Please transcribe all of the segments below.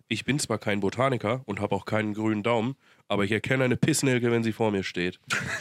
ich bin zwar kein Botaniker und habe auch keinen grünen Daumen, aber ich erkenne eine Pissnelke, wenn sie vor mir steht.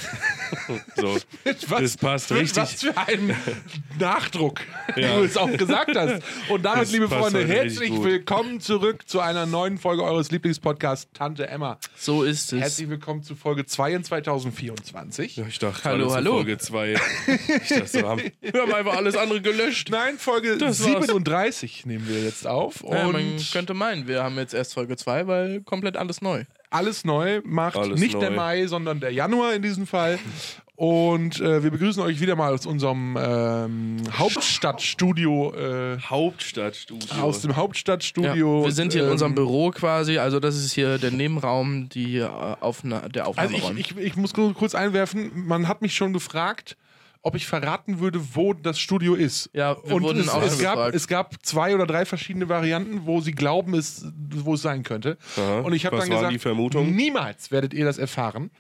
So, das passt richtig. Was für ein Nachdruck, wie Ja. du es auch gesagt hast. Und damit, Das liebe passt Freunde, heute richtig herzlich gut. willkommen zurück zu einer neuen Folge eures Lieblingspodcasts Tante Emma. So ist es. Herzlich willkommen zu Folge 2 in 2024. Ja, ich dachte, Hallo, gerade zu hallo. Folge 2. Ich dachte, wir haben einfach alles andere gelöscht. Nein, Folge Das war's. 37 nehmen wir jetzt auf. Ja, man Und könnte meinen, wir haben jetzt erst Folge 2, weil komplett alles neu. alles neu macht Alles nicht der neu. Mai, sondern der Januar in diesem Fall. Und wir begrüßen euch wieder mal aus unserem Hauptstadtstudio. Hauptstadtstudio. Aus dem Hauptstadtstudio. Wir sind hier in unserem Büro quasi, also das ist hier der Nebenraum, die der Also Aufnahmeraum. ich muss kurz einwerfen, man hat mich schon gefragt, ob ich verraten würde, wo das Studio ist. Ja, wir Und wurden auch schon gefragt. es gab 2 oder 3 verschiedene Varianten, wo sie glauben, wo es sein könnte. Aha. Und ich habe Was dann waren gesagt, die Vermutungen? niemals werdet ihr das erfahren.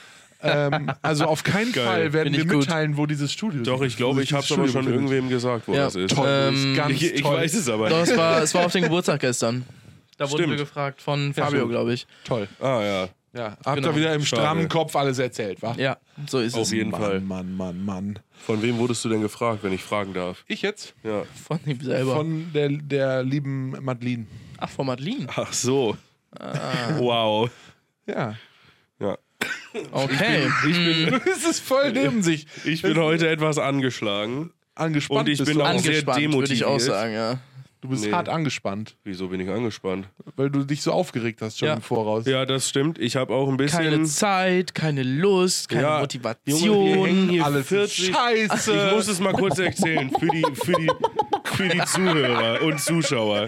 Also auf keinen Geil. Fall werden Finde wir ich gut. mitteilen, wo dieses Studio ist. Doch, ich glaube, ich habe es aber schon irgendwem gesagt, wo Ja. das ist. Toll, Ähm, ganz Ich toll. weiß es aber Doch, nicht. es war auf den Geburtstag gestern. Da wurden wir Stimmt. gefragt von Fabio, stimmt. glaube ich. Toll. Ah ja, Ja, habt Genau. ihr wieder im Schade. strammen Kopf alles erzählt, wa? Ja, so ist auf es. jeden Fall. Mann. Von wem wurdest du denn gefragt, wenn ich fragen darf? Ich jetzt? Ja. Von ihm selber. Von der lieben Madeline. Ach, von Madeline. Ach so. Wow. Ja. Ja. Okay. Es ist voll neben sich. Ich bin heute etwas angeschlagen. Angespannt Und ich bist bin du auch auch. sehr Angespannt, würde ich auch demotiviert. sagen, ja. Du bist Nee. hart angespannt, Wieso bin ich angespannt? weil du dich so aufgeregt hast schon Ja. im Voraus. Ja, das stimmt. Ich habe auch ein bisschen... Keine Zeit, keine Lust, keine Ja, Motivation. Junge, wir hängen hier Alles 40... Scheiße. Ich muss es mal kurz erzählen für die Zuhörer und Zuschauer.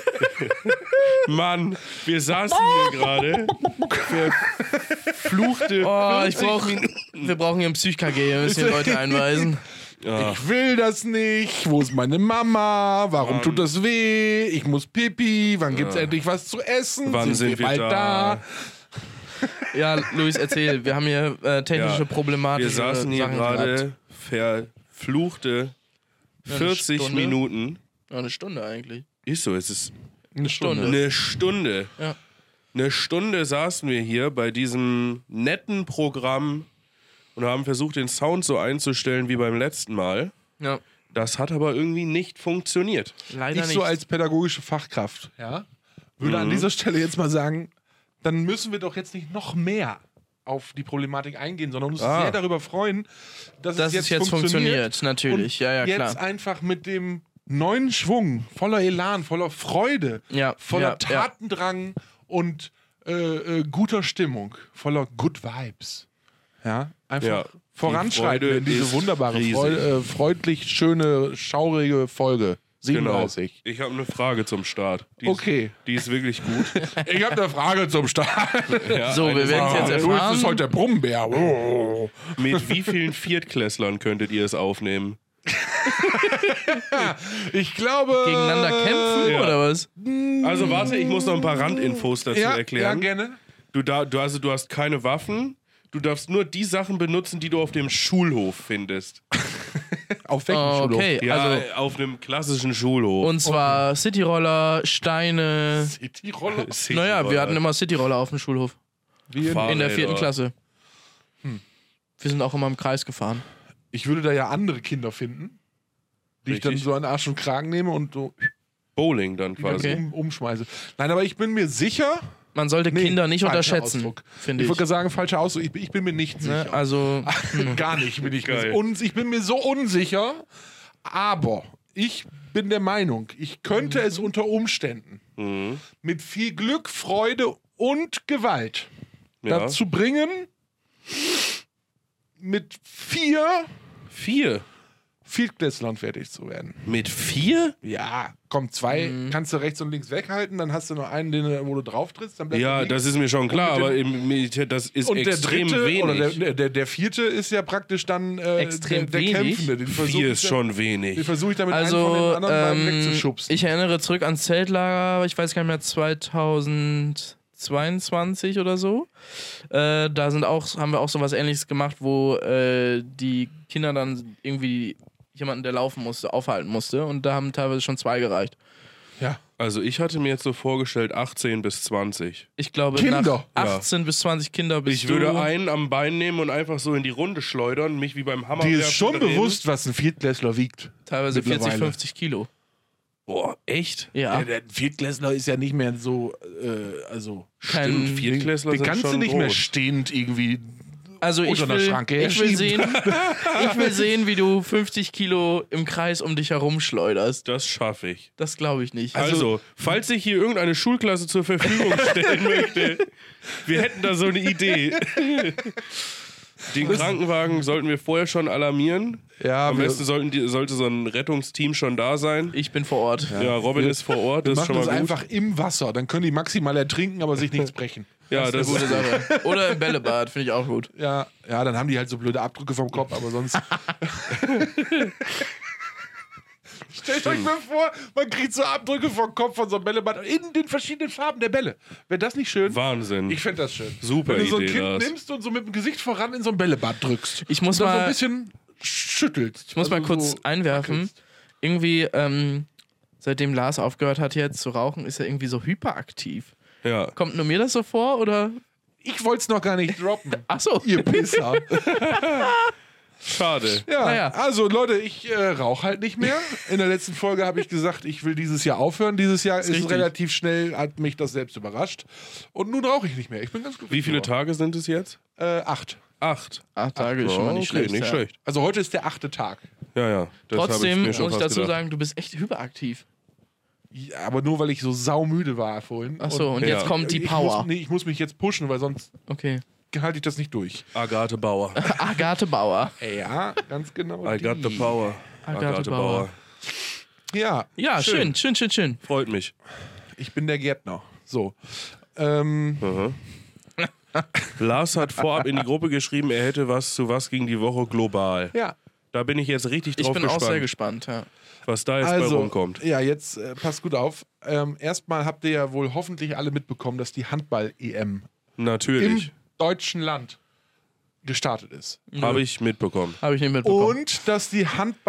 Mann, wir saßen hier gerade, verfluchte Oh, 40 wir brauchen hier ein Psych-KG, wir müssen die Leute einweisen. Ja, Ich will das nicht. Wo ist meine Mama? Warum tut das weh? Ich muss pipi. Wann gibt's endlich was zu essen? Wann sind wir bald da? Ja, Luis, erzähl, wir haben hier technische Ja, Problematik. wir saßen hier gerade verfluchte 40 Stunde. Minuten. Ja, eine Stunde eigentlich. Ist so, es ist Eine Stunde. eine Stunde. Ja. Eine Stunde saßen wir hier bei diesem netten Programm und haben versucht, den Sound so einzustellen wie beim letzten Mal. Ja, Das hat aber irgendwie nicht funktioniert. leider Ich nicht. so als pädagogische Fachkraft, ja, würde an dieser Stelle jetzt mal sagen, dann müssen wir doch jetzt nicht noch mehr auf die Problematik eingehen, sondern uns sehr darüber freuen, dass Dass es jetzt funktioniert, natürlich. Und Ja, ja, jetzt klar. einfach mit dem neuen Schwung, voller Elan, voller Freude, Ja, voller ja, ja. Tatendrang und guter Stimmung, voller Good Vibes. Ja, einfach Ja, voranschreiten die Freude in diese ist wunderbare, riesig. freundlich schöne, schaurige Folge. 37. Genau. Ich habe eine Frage zum Start. Die Okay. Ist, die ist wirklich gut. Ich habe eine Frage zum Start. Ja, So, wir werden es jetzt Du erfahren. ist heute der Brummbär. Oh. Mit wie vielen Viertklässlern könntet ihr es aufnehmen? Ich glaube. Gegeneinander kämpfen, Ja. oder was? Also warte, ich muss noch ein paar Randinfos dazu Ja, erklären. gerne. Du hast keine Waffen. Du darfst nur die Sachen benutzen, die du auf dem Schulhof findest. Auf welchem Schulhof? Okay, Ja, also auf einem klassischen Schulhof. und zwar Cityroller, Steine. Cityroller. Naja, wir hatten immer Cityroller auf dem Schulhof. Wie in, Fahrräder. In der 4. Klasse. Wir sind auch immer im Kreis gefahren. ich würde da ja andere Kinder finden, die ich dann Richtig. so an Arsch und Kragen nehme und so Bowling dann quasi. Okay. umschmeiße. Nein, aber ich bin mir sicher. Man sollte Nee, Kinder nicht falscher unterschätzen, Ausdruck. finde Ich ich. würde sagen, falscher Ausdruck. Ich bin mir nicht sicher. Ne? Also, Gar nicht bin ich mir Geil. ich bin mir so unsicher, aber ich bin der Meinung, ich könnte es unter Umständen mit viel Glück, Freude und Gewalt Ja. dazu bringen, mit 4 Viertklässlern fertig zu werden. Mit 4? Ja, komm, 2 kannst du rechts und links weghalten, dann hast du noch einen, wo du drauf trittst, dann bleibt Ja, der das links. ist mir schon klar, Und aber mit im Militär, das ist Und der extrem dritte wenig. oder der vierte ist ja praktisch dann Extrem der wenig? Kämpfende. Den versuch 4 ich ist dann- schon Den wenig. versuche ich damit einen von den also anderen beiden wegzuschubsen. ich erinnere zurück ans Zeltlager, ich weiß gar nicht mehr, 2022 oder so. Da haben wir auch sowas Ähnliches gemacht, wo die Kinder dann irgendwie jemanden, der laufen musste, aufhalten musste. Und da haben teilweise schon 2 gereicht. Ja. Also ich hatte mir jetzt so vorgestellt 18 bis 20. Ich glaube, Kinder. nach 18 bis 20 Kinder bist Ich du... würde einen am Bein nehmen und einfach so in die Runde schleudern, mich wie beim Hammer Dir ist werfen schon drehen. bewusst, was ein Viertklässler wiegt. teilweise 40, mittlerweile. 50 Kilo. Boah, echt? Ja. Der Viertklässler ist ja nicht mehr so, Kein, Viertklässler den sind kannst du schon nicht mehr groß. stehend irgendwie. also ich unter der will, Schranke ich will herschieben. sehen, ich will sehen, wie du 50 Kilo im Kreis um dich herum schleuderst. Das schaffe ich. Das glaube ich nicht. Also, falls sich hier irgendeine Schulklasse zur Verfügung stellen möchte, wir hätten da so eine Idee. Den Krankenwagen sollten wir vorher schon alarmieren. Ja, Am besten sollte so ein Rettungsteam schon da sein. Ich bin vor Ort. Ja, Robin ist vor Ort, wir das ist machen schon das mal gut. einfach im Wasser. Dann können die maximal ertrinken, aber sich nichts brechen. Ja, das Eine ist gute Sache. Oder im Bällebad, finde ich auch gut. Ja, dann haben die halt so blöde Abdrücke vom Kopf, aber sonst. Stellt euch mal vor, man kriegt so Abdrücke vom Kopf von so einem Bällebad in den verschiedenen Farben der Bälle. Wäre das nicht schön? Wahnsinn. Ich fände das schön. Super Wenn du so ein Idee, Kind Lars. nimmst und so mit dem Gesicht voran in so ein Bällebad drückst. Ich muss und dann so mal- ein bisschen schüttelt. Ich muss mal kurz einwerfen. Irgendwie, seitdem Lars aufgehört hat jetzt zu rauchen, ist er irgendwie so hyperaktiv. Ja. Kommt nur mir das so vor, oder? Ich wollte es noch gar nicht droppen. Ach so. Ihr Pisser. Schade. Ja, Naja. also Leute, ich rauche halt nicht mehr. In der letzten Folge habe ich gesagt, ich will dieses Jahr aufhören. Dieses Jahr ist richtig. relativ schnell, hat mich das selbst überrascht. Und nun rauche ich nicht mehr. Ich bin ganz glücklich. Wie viele drüber. Tage sind es jetzt? 8. 8. 8 Tage ist schon mal nicht schlecht. nicht ja. schlecht. Also heute ist der 8. Tag. Ja, ja. Das hab Trotzdem mir muss schon ich fast dazu gedacht. sagen, du bist echt hyperaktiv. Ja, aber nur, weil ich so saumüde war vorhin. Ach so, und Ja. jetzt kommt die ich Power. Ich muss mich jetzt pushen, weil sonst Okay. halte ich das nicht durch. Agathe Bauer. Agathe Bauer. Ja, ganz genau. I got the power. Agathe Bauer. Ja, Ja, schön. Freut mich. ich bin der Gärtner. So. Lars hat vorab in die Gruppe geschrieben, er hätte was zu was ging die Woche global. Ja. Da bin ich jetzt richtig Ich drauf bin gespannt, auch sehr gespannt, ja. was da jetzt bei rumkommt. Ja, jetzt passt gut auf. Erstmal habt ihr ja wohl hoffentlich alle mitbekommen, dass die Handball-EM im Natürlich. deutschen Land gestartet ist. Habe ich mitbekommen. Habe ich nicht mitbekommen. Und dass die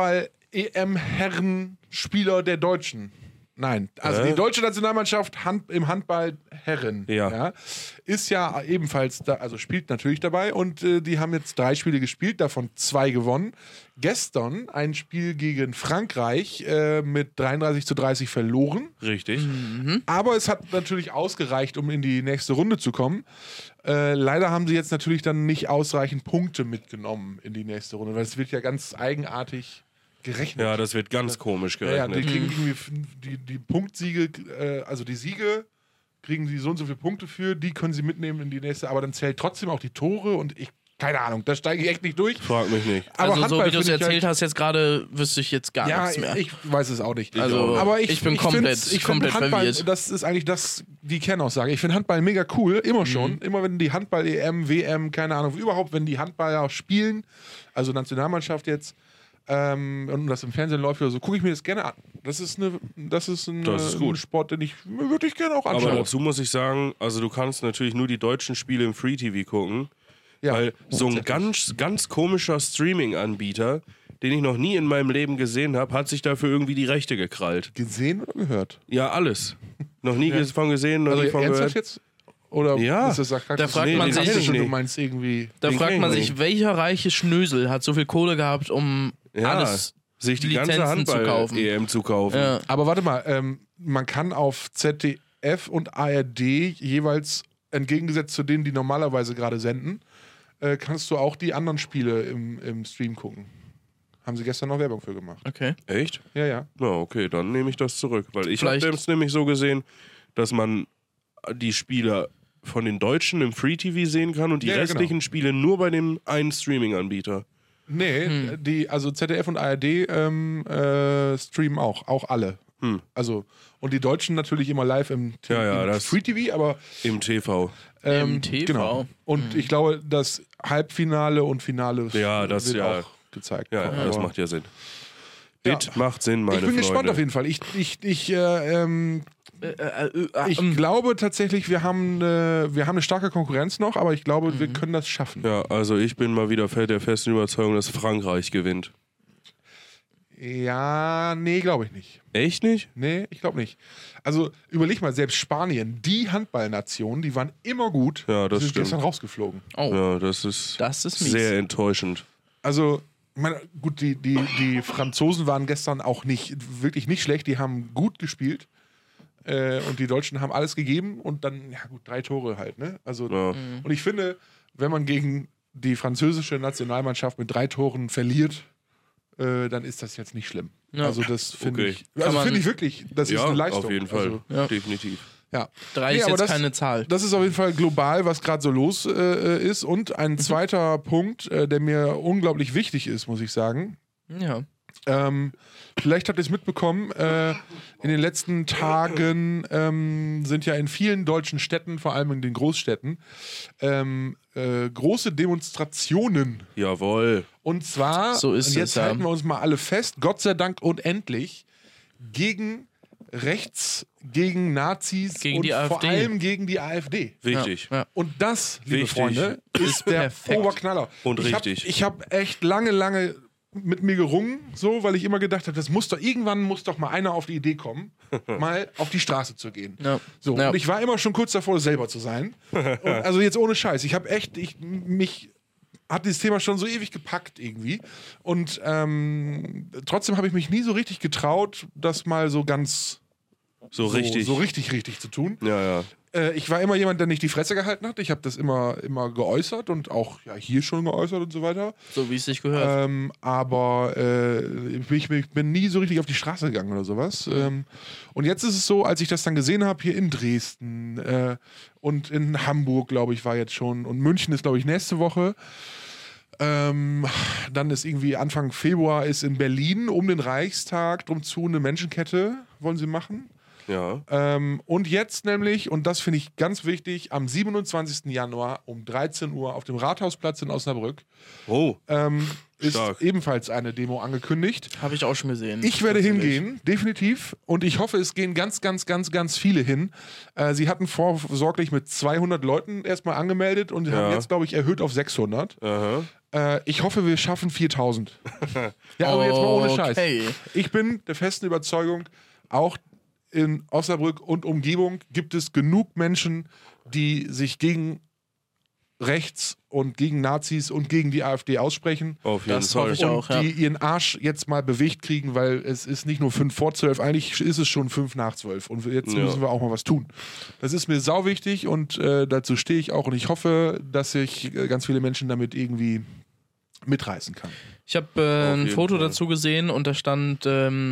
Handball-EM-Herren-Spieler der Deutschen, nein, also die deutsche Nationalmannschaft im Handball Herren, Ja. ist ja ebenfalls da, also spielt natürlich dabei und die haben jetzt 3 Spiele gespielt, davon 2 gewonnen. Gestern ein Spiel gegen Frankreich mit 33:30 verloren. Richtig. Aber es hat natürlich ausgereicht, um in die nächste Runde zu kommen. Leider haben sie jetzt natürlich dann nicht ausreichend Punkte mitgenommen in die nächste Runde, weil es wird ja ganz eigenartig gerechnet. Ja, das wird ganz komisch Ja, gerechnet. die kriegen irgendwie die Punktsiege, also die Siege, kriegen sie so und so viele Punkte für, die können sie mitnehmen in die nächste, aber dann zählt trotzdem auch die Tore und keine Ahnung, da steige ich echt nicht durch. Frag mich nicht. Aber Also so Handball wie du es finde ich erzählt hast jetzt gerade, wüsste ich jetzt gar ja, nichts mehr. ich weiß es auch nicht. Also, aber ich bin komplett find Handball, verwirrt. das ist eigentlich die Kernaussage. Ich finde Handball mega cool, immer schon. Mhm. Immer wenn die Handball-EM, WM, keine Ahnung, überhaupt, wenn die Handballer spielen, also Nationalmannschaft jetzt, und das im Fernsehen läuft oder so, gucke ich mir das gerne an. Das ist ein gut. Sport, den ich wirklich gerne auch Aber anschaue. dazu muss ich sagen, also du kannst natürlich nur die deutschen Spiele im Free TV gucken, Ja, weil so ein ganz komischer Streaming-Anbieter, den ich noch nie in meinem Leben gesehen habe, hat sich dafür irgendwie die Rechte gekrallt. gesehen oder gehört? Ja, alles. Noch nie von gesehen, noch Also nie von ernsthaft gehört. jetzt? Oder Ja. ist das sarkastisch? Da fragt Nee, man den sich, kenn ich du nicht. meinst irgendwie... da den fragt kenn man ich sich, welcher reiche Schnösel hat so viel Kohle gehabt, um Ja, alles sich die ganze Lizenzen zu kaufen. Handball-EM zu kaufen. Ja. Aber warte mal, man kann auf ZDF und ARD jeweils entgegengesetzt zu denen, die normalerweise gerade senden, kannst du auch die anderen Spiele im Stream gucken. Haben sie gestern noch Werbung für gemacht. Okay. Echt? Ja, ja. Na, okay, dann nehme ich das zurück. Weil ich habe Vielleicht- es nämlich so gesehen, dass man die Spiele von den Deutschen im Free TV sehen kann und die Ja, ja, restlichen Spiele nur bei dem einen Streaming-Anbieter. Nee, also ZDF und ARD streamen auch alle. Also, und die Deutschen natürlich immer live im Ja, im das- Free TV, aber Im TV. Im TV. Genau. Und ich glaube, das Halbfinale und Finale Ja, das wird ja. auch gezeigt. Ja, das Aber- macht ja Sinn. Ja. Das macht Sinn, meine Ich bin Freunde. gespannt auf jeden Fall. Ich glaube tatsächlich, wir haben eine starke Konkurrenz noch, aber ich glaube, wir können das schaffen. Ja, also ich bin mal wieder der festen Überzeugung, dass Frankreich gewinnt. Ja, nee, glaube ich nicht. Echt nicht? Nee, ich glaube nicht. Also überleg mal, selbst Spanien, die Handballnation, die waren immer gut, Ja, das sind stimmt. gestern rausgeflogen. Oh, Ja, das ist das ist mies. sehr enttäuschend. Also, ich meine, gut, die Franzosen waren gestern auch wirklich nicht schlecht, die haben gut gespielt. Und die Deutschen haben alles gegeben und dann, ja gut, 3 Tore halt, ne? Also, Ja. und ich finde, wenn man gegen die französische Nationalmannschaft mit 3 Toren verliert, dann ist das jetzt nicht schlimm. Ja. Also das finde Okay. ich. Also man- finde ich wirklich, das ist Ja, eine Leistung. auf jeden Fall. Also, Ja. Definitiv. ja. 3 Nee, ist aber jetzt das- keine Zahl. Das ist auf jeden Fall global, was gerade so los ist. Und ein zweiter Punkt, der mir unglaublich wichtig ist, muss ich sagen. Ja. Vielleicht habt ihr es mitbekommen, in den letzten Tagen sind ja in vielen deutschen Städten, vor allem in den Großstädten, große Demonstrationen. Jawohl. Und zwar, So ist und jetzt es, ja. halten wir uns mal alle fest, Gott sei Dank und endlich, gegen rechts, gegen Nazis Gegen und die vor AfD. allem gegen die AfD. Wichtig. Ja. Und das, liebe Wichtig. Freunde, ist der perfekt. Oberknaller. Und ich richtig. Ich habe echt lange mit mir gerungen, so, weil ich immer gedacht habe, irgendwann muss doch mal einer auf die Idee kommen, mal auf die Straße zu gehen. Ja. So, Ja. und ich war immer schon kurz davor, selber zu sein. Und also jetzt ohne Scheiß. Ich habe echt, mich hat dieses Thema schon so ewig gepackt irgendwie. Und trotzdem habe ich mich nie so richtig getraut, das mal so ganz So richtig. so richtig zu tun. Ja, ja. Ich war immer jemand, der nicht die Fresse gehalten hat. Ich habe das immer geäußert und auch ja, hier schon geäußert und so weiter. So wie es sich gehört. Aber ich bin nie so richtig auf die Straße gegangen oder sowas. Und jetzt ist es so, als ich das dann gesehen habe, hier in Dresden und in Hamburg, glaube ich, war jetzt schon. Und München ist, glaube ich, nächste Woche. Dann ist irgendwie Anfang Februar ist in Berlin um den Reichstag drum zu eine Menschenkette wollen sie machen. Ja. Und jetzt nämlich, und das finde ich ganz wichtig, am 27. Januar um 13 Uhr auf dem Rathausplatz in Osnabrück Oh. ist Stark. ebenfalls eine Demo angekündigt. Habe ich auch schon gesehen. Ich werde Tatsächlich. hingehen, definitiv. Und ich hoffe, es gehen ganz viele hin. Sie hatten vorsorglich mit 200 Leuten erstmal angemeldet und haben jetzt, glaube ich, erhöht auf 600. Aha. Ich hoffe, wir schaffen 4000. Ja, aber jetzt mal ohne Scheiß. Okay. Ich bin der festen Überzeugung, auch in Osnabrück und Umgebung gibt es genug Menschen, die sich gegen rechts und gegen Nazis und gegen die AfD aussprechen. Auf jeden Das Fall. hoffe ich auch. Und die ihren Arsch jetzt mal bewegt kriegen, weil es ist nicht nur 5 vor 12, eigentlich ist es schon 5 nach 12 und jetzt Ja. müssen wir auch mal was tun. Das ist mir sau wichtig und dazu stehe ich auch und ich hoffe, dass ich ganz viele Menschen damit irgendwie mitreißen kann. Ich habe Auf ein jeden Foto Fall. dazu gesehen und da stand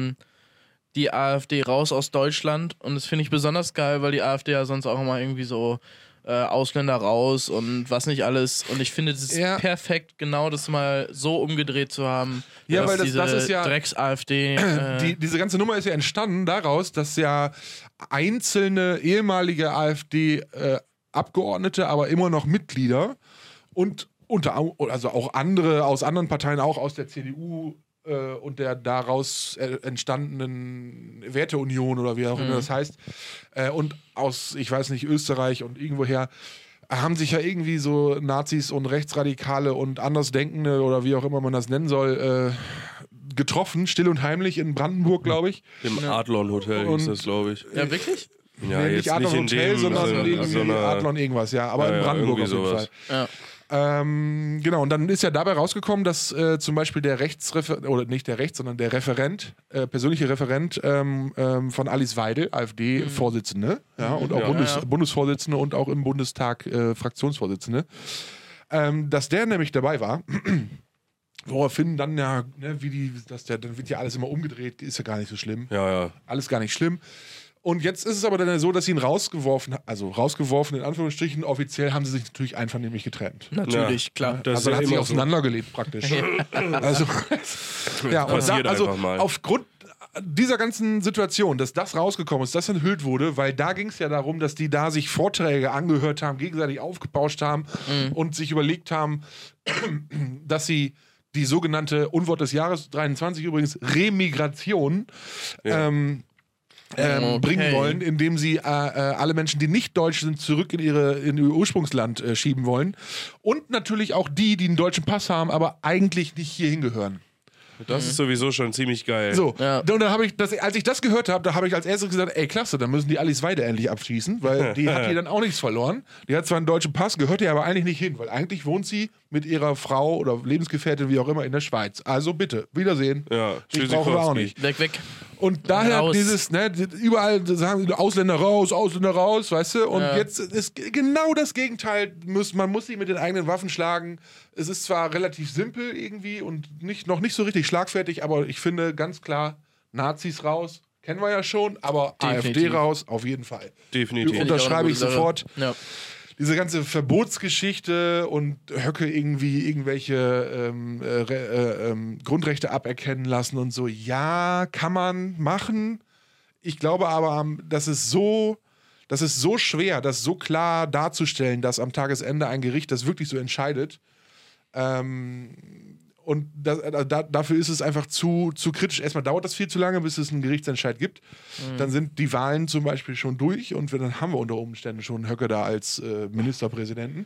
die AfD raus aus Deutschland und das finde ich besonders geil, weil die AfD ja sonst auch immer irgendwie so Ausländer raus und was nicht alles und ich finde, das ist Ja. perfekt, genau das mal so umgedreht zu haben, Ja, dass weil das- diese das ist ja- Drecks-AfD Diese ganze Nummer ist ja entstanden daraus, dass ja einzelne ehemalige AfD-Abgeordnete, aber immer noch Mitglieder und also auch andere aus anderen Parteien, auch aus der CDU und der daraus entstandenen Werteunion oder wie auch immer das heißt, und aus, ich weiß nicht, Österreich und irgendwoher, haben sich ja irgendwie so Nazis und Rechtsradikale und Andersdenkende oder wie auch immer man das nennen soll, getroffen, still und heimlich in Brandenburg, glaube ich. Im Adlon Hotel hieß Und- das, glaube ich. Ja, wirklich? Ja, Nee, jetzt nicht Adlon in Hotel, dem sondern Sinne, irgendwie sondern- Adlon irgendwas, ja, aber Ja, in ja, Brandenburg auf irgendwie jeden sowas. Fall. Ja. Genau, und dann ist ja dabei rausgekommen, dass zum Beispiel der Referent, persönliche Referent von Alice Weidel, AfD-Vorsitzende, ja, und auch Ja. Bundesvorsitzende und auch im Bundestag Fraktionsvorsitzende, dass der nämlich dabei war. Woraufhin dann ja, ne, dann wird ja alles immer umgedreht, ist ja gar nicht so schlimm. Ja, ja. Alles gar nicht schlimm. Und jetzt ist es aber dann so, dass sie ihn rausgeworfen in Anführungsstrichen, offiziell haben sie sich natürlich einvernehmlich getrennt. Natürlich, Ja. klar. Das Also ist hat ja sich immer so. auseinandergelebt praktisch. Also, ja, und passiert also einfach mal. aufgrund dieser ganzen Situation, dass das rausgekommen ist, das enthüllt wurde, weil da ging es ja darum, dass die da sich Vorträge angehört haben, gegenseitig aufgebauscht haben und sich überlegt haben, dass sie die sogenannte Unwort des Jahres 23 übrigens Remigration bringen wollen, indem sie alle Menschen, die nicht deutsch sind, zurück in ihr Ursprungsland schieben wollen. Und natürlich auch die einen deutschen Pass haben, aber eigentlich nicht hier hingehören. Das ist sowieso schon ziemlich geil. So, Ja. und dann habe ich, als ich das gehört habe, da habe ich als erstes gesagt, ey klasse, dann müssen die Alice Weide endlich abschießen, weil die hat hier dann auch nichts verloren. Die hat zwar einen deutschen Pass, gehört ihr aber eigentlich nicht hin, weil eigentlich wohnt sie mit ihrer Frau oder Lebensgefährtin, wie auch immer, in der Schweiz. Also bitte, Wiedersehen. Ja, Ich brauche wir auch nicht. Weg. Und daher Raus. dieses, ne, überall sagen die Ausländer raus, weißt du? Und jetzt ist genau das Gegenteil. Man muss sich mit den eigenen Waffen schlagen. Es ist zwar relativ simpel irgendwie und noch nicht so richtig schlagfertig, aber ich finde ganz klar, Nazis raus, kennen wir ja schon, aber Definitiv. AfD raus, auf jeden Fall. Definitiv. Finde ich auch Unterschreibe eine ich gute Sache. sofort. Ja. Diese ganze Verbotsgeschichte und Höcke irgendwie irgendwelche Grundrechte aberkennen lassen und so. Ja, kann man machen. Ich glaube aber, das ist so schwer, das so klar darzustellen, dass am Tagesende ein Gericht das wirklich so entscheidet. Und dafür ist es einfach zu kritisch. Erstmal dauert das viel zu lange, bis es einen Gerichtsentscheid gibt. Dann sind die Wahlen zum Beispiel schon durch und dann haben wir unter Umständen schon Höcke da als Ministerpräsidenten.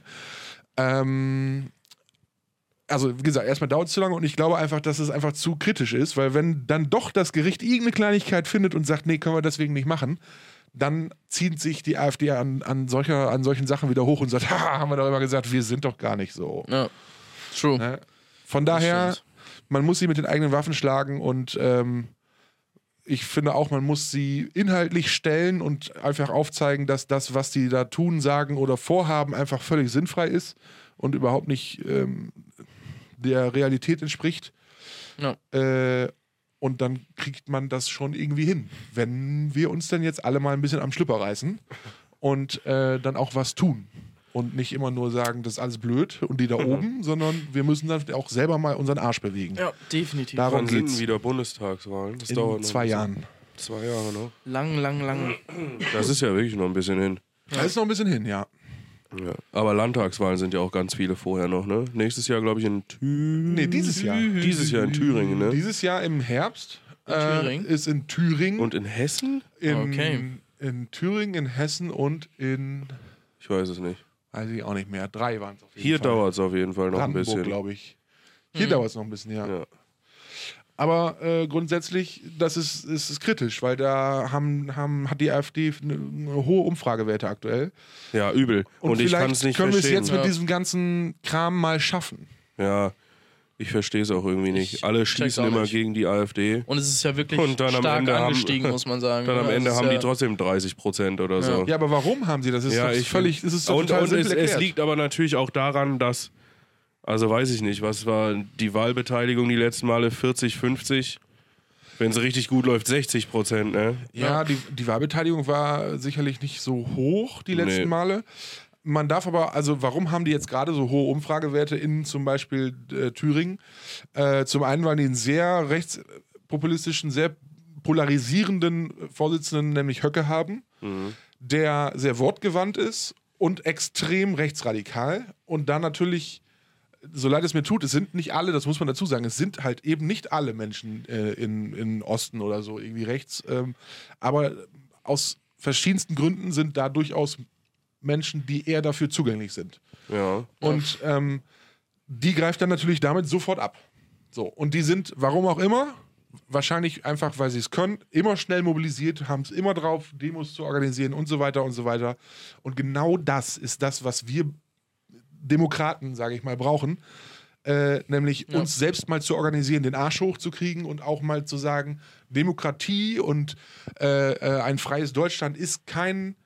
Also, wie gesagt, erstmal dauert es zu lange und ich glaube einfach, dass es einfach zu kritisch ist, weil wenn dann doch das Gericht irgendeine Kleinigkeit findet und sagt, nee, können wir deswegen nicht machen, dann zieht sich die AfD an solchen Sachen wieder hoch und sagt, haha, haben wir doch immer gesagt, wir sind doch gar nicht so. Ja. True. Ne? Von daher, stimmt. man muss sie mit den eigenen Waffen schlagen und ich finde auch, man muss sie inhaltlich stellen und einfach aufzeigen, dass das, was die da tun, sagen oder vorhaben, einfach völlig sinnfrei ist und überhaupt nicht der Realität entspricht. Ja. Und dann kriegt man das schon irgendwie hin, wenn wir uns dann jetzt alle mal ein bisschen am Schlüpper reißen und dann auch was tun. Und nicht immer nur sagen, das ist alles blöd und die da oben, sondern wir müssen dann auch selber mal unseren Arsch bewegen. Ja, definitiv. Darum Wann sind geht's. wieder Bundestagswahlen? Das In dauert noch 2 ein bisschen. Jahren. 2 Jahre noch. Lang. Das ist ja wirklich noch ein bisschen hin. Da ist noch ein bisschen hin, ja. Ja. Aber Landtagswahlen sind ja auch ganz viele vorher noch, ne? Nächstes Jahr, glaube ich, in Thüringen. Nee, dieses Jahr. Dieses Jahr in Thüringen, ne? Dieses Jahr im Herbst Thüringen? ist in Thüringen. Und in Hessen? In Thüringen, in Hessen und in, Ich weiß es nicht. weiß ich auch nicht mehr, 3 waren es auf jeden Hier Fall. dauert es auf jeden Fall noch ein Brandenburg, bisschen. glaube ich. Hier dauert es noch ein bisschen, ja. Ja. Aber grundsätzlich, das ist kritisch, weil da hat die AfD eine hohe Umfragewerte aktuell. Ja, übel. Und ich kann es nicht können wir es verstehen. jetzt mit diesem ganzen Kram mal schaffen. Ja, ich verstehe es auch irgendwie nicht. Ich Alle check's schießen auch immer nicht. gegen die AfD. Und es ist ja wirklich Und dann am stark Ende angestiegen, muss man sagen. Dann am Ja, Ende es ist haben die ja- trotzdem 30% oder so. Ja, aber warum haben sie das? Ist Ja, doch ich völlig, find- es ist doch und total es, simpel es erklärt. liegt aber natürlich auch daran, dass, also weiß ich nicht, was war die Wahlbeteiligung die letzten Male? 40, 50? Wenn es richtig gut läuft, 60%, ne? Ja, die Wahlbeteiligung war sicherlich nicht so hoch die letzten Nee. Male. Man darf aber, also warum haben die jetzt gerade so hohe Umfragewerte in zum Beispiel Thüringen? Zum einen, weil die einen sehr rechtspopulistischen, sehr polarisierenden Vorsitzenden, nämlich Höcke haben, der sehr wortgewandt ist und extrem rechtsradikal und dann natürlich, so leid es mir tut, es sind nicht alle, das muss man dazu sagen, es sind halt eben nicht alle Menschen in Osten oder so irgendwie rechts, aber aus verschiedensten Gründen sind da durchaus Menschen, die eher dafür zugänglich sind. Ja. Und die greift dann natürlich damit sofort ab. So, und die sind, warum auch immer, wahrscheinlich einfach, weil sie es können, immer schnell mobilisiert, haben es immer drauf, Demos zu organisieren und so weiter und so weiter. Und genau das ist das, was wir Demokraten, sage ich mal, brauchen. Nämlich uns selbst mal zu organisieren, den Arsch hochzukriegen und auch mal zu sagen, Demokratie und ein freies Deutschland ist kein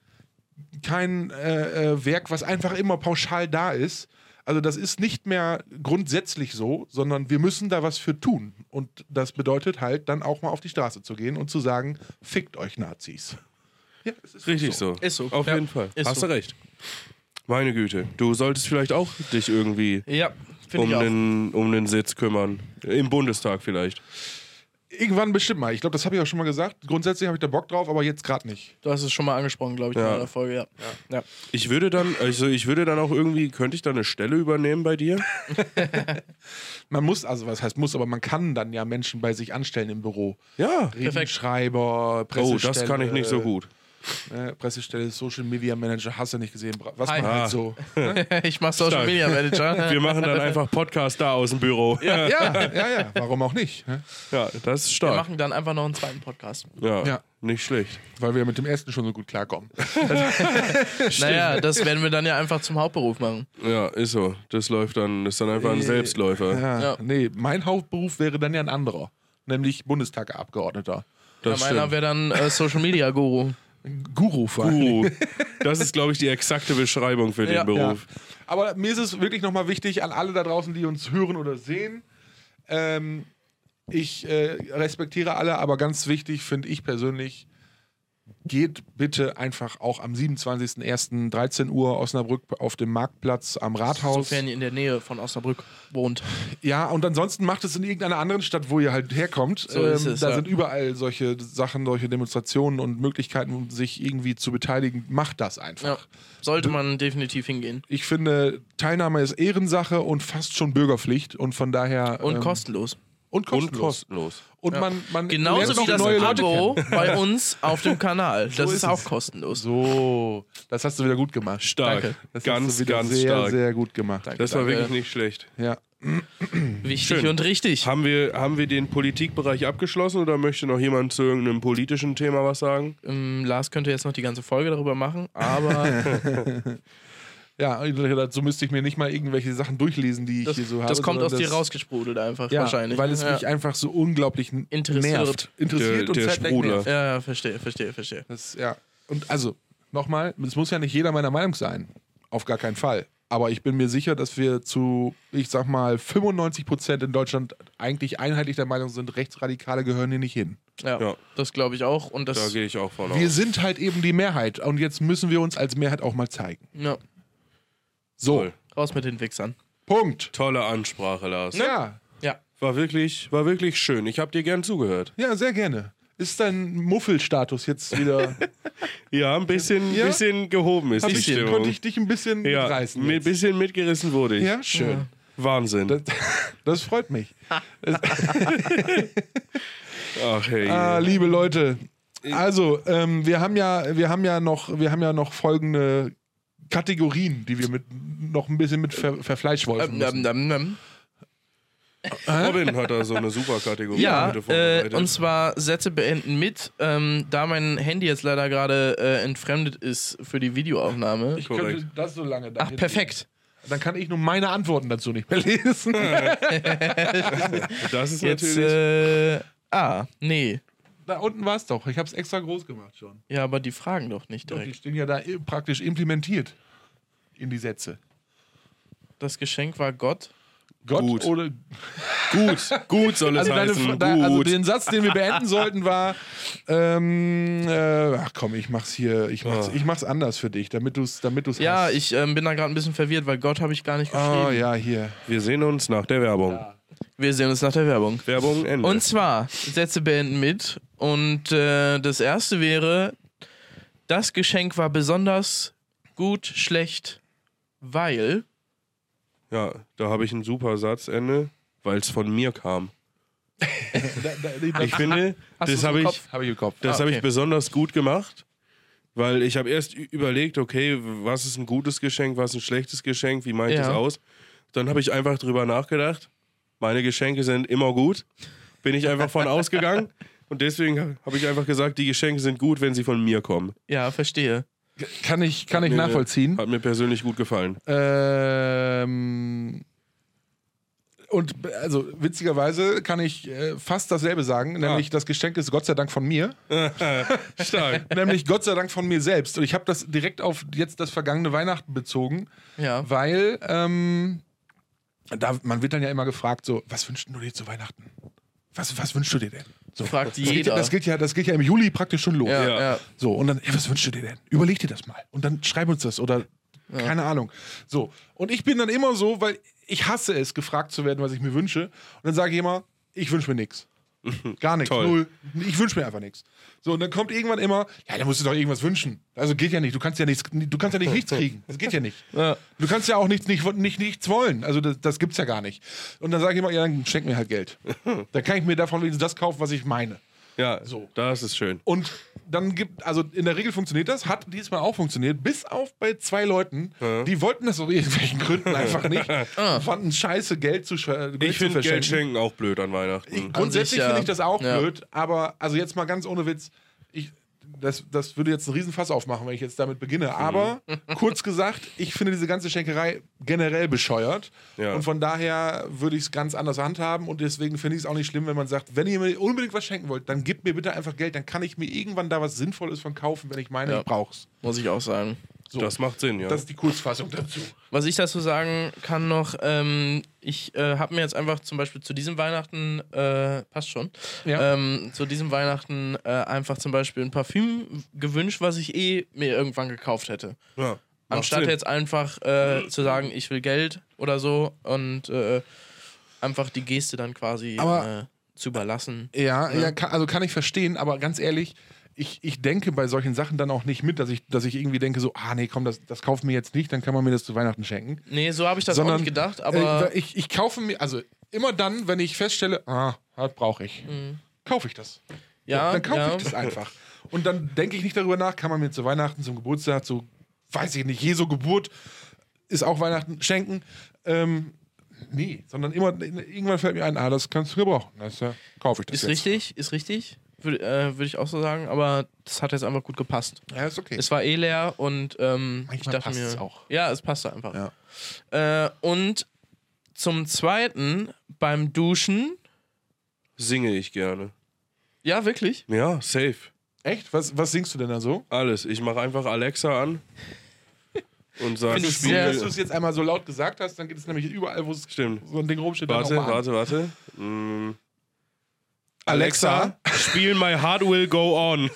Werk, was einfach immer pauschal da ist. Also das ist nicht mehr grundsätzlich so, sondern wir müssen da was für tun. Und das bedeutet halt, dann auch mal auf die Straße zu gehen und zu sagen, fickt euch Nazis. Ja, es ist Richtig so. Ist so. Auf Ja. jeden Fall. Ist Hast so. du recht. Meine Güte. Du solltest vielleicht auch dich irgendwie Ja, finde ich auch. um den Sitz kümmern. Im Bundestag vielleicht. Irgendwann bestimmt mal. Ich glaube, das habe ich auch schon mal gesagt. Grundsätzlich habe ich da Bock drauf, aber jetzt gerade nicht. Du hast es schon mal angesprochen, glaube ich, Ja. in der Folge, ja. Ich würde dann auch irgendwie, könnte ich da eine Stelle übernehmen bei dir? Man muss, also was heißt muss, aber man kann dann ja Menschen bei sich anstellen im Büro. Ja. Redenschreiber, Oh, Pressestelle. das kann ich nicht so gut. Pressestelle, Social Media Manager, hast du nicht gesehen. Was Hi. man halt so. Ich mach Social Stark. Media Manager. Wir machen dann einfach Podcast da aus dem Büro. Ja, warum auch nicht? Ne? Ja, das ist Wir stark. machen dann einfach noch einen zweiten Podcast. Ja, Ja. nicht schlecht. Weil wir mit dem ersten schon so gut klarkommen. Naja, das werden wir dann ja einfach zum Hauptberuf machen. Ja, ist so. Das läuft dann, ist dann einfach ein Selbstläufer. Ja. Nee, mein Hauptberuf wäre dann ja ein anderer. Nämlich Bundestagabgeordneter. Das Meiner stimmt. wäre dann Social Media Guru. Guru vor allem. Guru. Das ist, glaube ich, die exakte Beschreibung für Ja. den Beruf. Ja. Aber mir ist es wirklich nochmal wichtig, an alle da draußen, die uns hören oder sehen. Ich respektiere alle, aber ganz wichtig finde ich persönlich, geht bitte einfach auch am 27.01. 13 Uhr Osnabrück auf dem Marktplatz am Rathaus. Sofern ihr in der Nähe von Osnabrück wohnt. Ja, und ansonsten macht es in irgendeiner anderen Stadt, wo ihr halt herkommt. So ist es, da ja. sind überall solche Sachen, solche Demonstrationen und Möglichkeiten, um sich irgendwie zu beteiligen. Macht das einfach. Ja. Sollte man definitiv hingehen. Ich finde, Teilnahme ist Ehrensache und fast schon Bürgerpflicht und von daher... Und kostenlos. Und Und kostenlos. kostenlos. Und Ja. man Genauso lernt wie noch das neue Leute Abo kennen. bei uns auf dem Kanal. Das ist ist auch es. kostenlos. So, das hast du wieder gut gemacht. Stark. Danke. Das hast Ganz, du wieder ganz sehr, stark. sehr gut gemacht. Danke. Das war Danke. wirklich nicht schlecht. Ja. Wichtig Schön. und richtig. Haben wir den Politikbereich abgeschlossen oder möchte noch jemand zu irgendeinem politischen Thema was sagen? Lars könnte jetzt noch die ganze Folge darüber machen, aber Ja, dazu müsste ich mir nicht mal irgendwelche Sachen durchlesen, die ich das, hier so habe. das kommt aus sondern dir rausgesprudelt einfach Ja, wahrscheinlich. weil es ja. mich einfach so unglaublich Interessiert. nervt. Interessiert Der und zeitgleich Sprudler. nervt. Ja, verstehe. Das, ja. Und also, nochmal, es muss ja nicht jeder meiner Meinung sein. Auf gar keinen Fall. Aber ich bin mir sicher, dass wir zu, ich sag mal, 95% in Deutschland eigentlich einheitlich der Meinung sind, Rechtsradikale gehören hier nicht hin. Ja, Ja. das glaube ich auch. Und Da das, gehe ich auch von Wir aus. sind halt eben die Mehrheit. Und jetzt müssen wir uns als Mehrheit auch mal zeigen. ja, So, Toll. raus mit den Wichsern. Punkt. Tolle Ansprache, Lars. Ja, Ja. War wirklich schön. Ich habe dir gern zugehört. ja, sehr gerne. Ist dein Muffelstatus jetzt wieder... Ja, ein bisschen gehoben ist Hab die ich, Stimmung. konnte ich dich ein bisschen ja, mitreißen ein jetzt? bisschen mitgerissen wurde ich. Ja, schön. Wahnsinn. Das freut mich. Ach hey. Liebe Leute, also wir haben ja noch folgende Kategorien, die wir noch ein bisschen mit verfleischwolfen müssen. Robin hat da so eine super Kategorie Ja, heute vorbereitet. und zwar Sätze beenden mit, da mein Handy jetzt leider gerade entfremdet ist für die Videoaufnahme. Ich Korrekt. könnte das so lange Ach, perfekt. Dann kann ich nur meine Antworten dazu nicht mehr lesen. Das ist Jetzt, natürlich. nee. Da unten war es doch. Ich habe es extra groß gemacht schon. Ja, aber die fragen doch nicht Doch, die direkt. stehen ja da praktisch implementiert in die Sätze. Das Geschenk war Gott. Gott Gut. oder... Gut soll es Also, heißen. also Gut. den Satz, den wir beenden sollten, war: ach komm, ich mach's anders für dich, damit du's Ja, hast. ich bin da gerade ein bisschen verwirrt, weil Gott habe ich gar nicht geschrieben. Oh ja, hier. Wir sehen uns nach der Werbung. Wir sehen uns nach der Werbung. Werbung Ende. Und zwar Sätze beenden mit. Und das erste wäre: Das Geschenk war besonders gut, schlecht, weil. Ja, da habe ich einen super Satzende, weil es von mir kam. Ich finde, Hast das du's im habe ich, Kopf? Habe ich im Kopf. das habe okay. ich besonders gut gemacht, weil ich habe erst überlegt, okay, was ist ein gutes Geschenk, was ist ein schlechtes Geschenk, wie mache ich Ja. das aus? Dann habe ich einfach drüber nachgedacht, meine Geschenke sind immer gut, bin ich einfach von ausgegangen und deswegen habe ich einfach gesagt, die Geschenke sind gut, wenn sie von mir kommen. Ja, verstehe. Kann ich nachvollziehen. Hat mir persönlich gut gefallen. Und also witzigerweise kann ich fast dasselbe sagen, nämlich das Geschenk ist Gott sei Dank von mir, Stark. nämlich Gott sei Dank von mir selbst. Und ich habe das direkt auf jetzt das vergangene Weihnachten bezogen, Ja. weil man wird dann ja immer gefragt, so, was wünschst du dir zu Weihnachten? Was wünschst du dir denn? So, Fragt das geht, jeder. das geht ja im Juli praktisch schon los. Ja, Ja. ja. So, und dann, was wünschst du dir denn? Überleg dir das mal. Und dann schreib uns das oder keine Ahnung. So, und ich bin dann immer so, weil ich hasse es, gefragt zu werden, was ich mir wünsche. Und dann sage ich immer, ich wünsche mir nichts. Gar nichts, Toll. null. Ich wünsche mir einfach nichts. So, und dann kommt irgendwann immer, ja, dann musst du doch irgendwas wünschen. Also geht ja nicht, du kannst ja nicht nichts kriegen. Das geht ja nicht. Ja. Du kannst ja auch nichts wollen. Also das gibt's ja gar nicht. Und dann sage ich immer, ja, dann schenk mir halt Geld. Dann kann ich mir davon wenigstens das kaufen, was ich meine. Ja, So. das ist schön. Und dann also in der Regel funktioniert das, hat diesmal auch funktioniert, bis auf bei 2 Leuten, die wollten das aus irgendwelchen Gründen einfach nicht, fanden scheiße, Geld zu Ich verschenken. finde Geld schenken auch blöd an Weihnachten. Grundsätzlich An sich, finde ich das auch ja. blöd, aber also jetzt mal ganz ohne Witz, das würde jetzt einen Riesenfass aufmachen, wenn ich jetzt damit beginne. Aber kurz gesagt, ich finde diese ganze Schenkerei generell bescheuert. Ja. Und von daher würde ich es ganz anders handhaben. Und deswegen finde ich es auch nicht schlimm, wenn man sagt, wenn ihr mir unbedingt was schenken wollt, dann gebt mir bitte einfach Geld. Dann kann ich mir irgendwann da was Sinnvolles von kaufen, wenn ich meine, Ja. ich brauch's. Muss ich auch sagen. So. Das macht Sinn, ja. Das ist die Kurzfassung dazu. Was ich dazu sagen kann noch, ich habe mir jetzt einfach zum Beispiel zu diesem Weihnachten, passt schon, Ja. zu diesem Weihnachten einfach zum Beispiel ein Parfüm gewünscht, was ich mir irgendwann gekauft hätte. Ja, macht Anstatt Sinn. jetzt einfach zu sagen, ich will Geld oder so und einfach die Geste dann quasi Aber- zu überlassen. Ja, kann ich verstehen, aber ganz ehrlich, ich denke bei solchen Sachen dann auch nicht mit, dass ich irgendwie denke, so, nee, komm, das kauft mir jetzt nicht, dann kann man mir das zu Weihnachten schenken. Nee, so habe ich das Sondern, auch nicht gedacht, aber ich kaufe mir, also immer dann, wenn ich feststelle, das brauche ich, kaufe ich das. ja, Dann kaufe ja. ich das einfach. Und dann denke ich nicht darüber nach, kann man mir zu Weihnachten, zum Geburtstag, so, weiß ich nicht, Jesu Geburt ist auch Weihnachten schenken. Nee, sondern irgendwann fällt mir ein, das kannst du gebrauchen. Das kaufe ich das Ist jetzt. richtig. Würd ich auch so sagen, aber das hat jetzt einfach gut gepasst. Ja, ist okay. Es war eh leer und ich dachte passt mir. es auch. Ja, es passte einfach. Ja. Und zum Zweiten, beim Duschen. Singe ich gerne. Ja, wirklich? Ja, safe. Echt? Was singst du denn da so? Alles. Ich mache einfach Alexa an und sage, Finde ich spiel. sehr- Dass du es jetzt einmal so laut gesagt hast, dann geht es nämlich überall, wo es Stimmt. so ein Ding rumsteht. dann auch Warte, mal an. warte. Alexa, spiel My Heart Will Go On.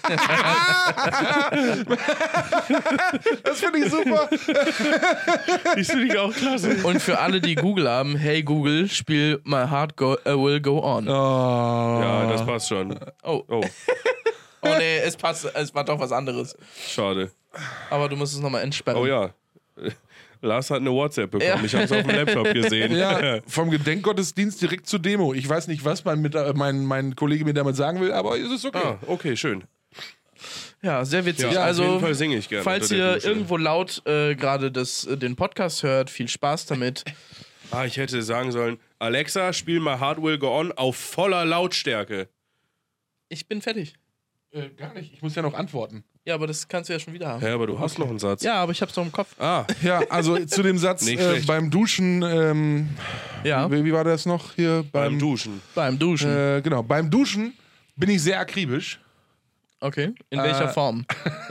das finde ich super. Das finde ich auch klasse. Und für alle, die Google haben, hey Google, spiel My Heart Will Go On. Ja, das passt schon. Oh. Oh, Oh nee, es war doch was anderes. schade. Aber du musst es nochmal entsperren. Oh ja. Lars hat eine WhatsApp bekommen. Ja. Ich habe es auf dem Laptop gesehen. Ja, vom Gedenkgottesdienst direkt zur Demo. Ich weiß nicht, was mein Kollege mir damit sagen will, aber es ist okay. Okay, schön. Ja, sehr witzig. Ja, auf also, jeden Fall singe ich gerne. falls unter der ihr Dusche. irgendwo laut gerade den Podcast hört, viel Spaß damit. Ich hätte sagen sollen, Alexa, spiel My Heart Will Go On auf voller Lautstärke. Ich bin fertig. Gar nicht, ich muss ja noch antworten. Ja, aber das kannst du ja schon wieder haben. Ja, aber du hast noch einen Satz. Ja, aber ich hab's doch im Kopf. Ah, Ja, also zu dem Satz Nicht schlecht. beim Duschen, Ja, wie war das noch hier? beim Duschen. beim Duschen. Genau, beim Duschen bin ich sehr akribisch. Okay. In welcher Form?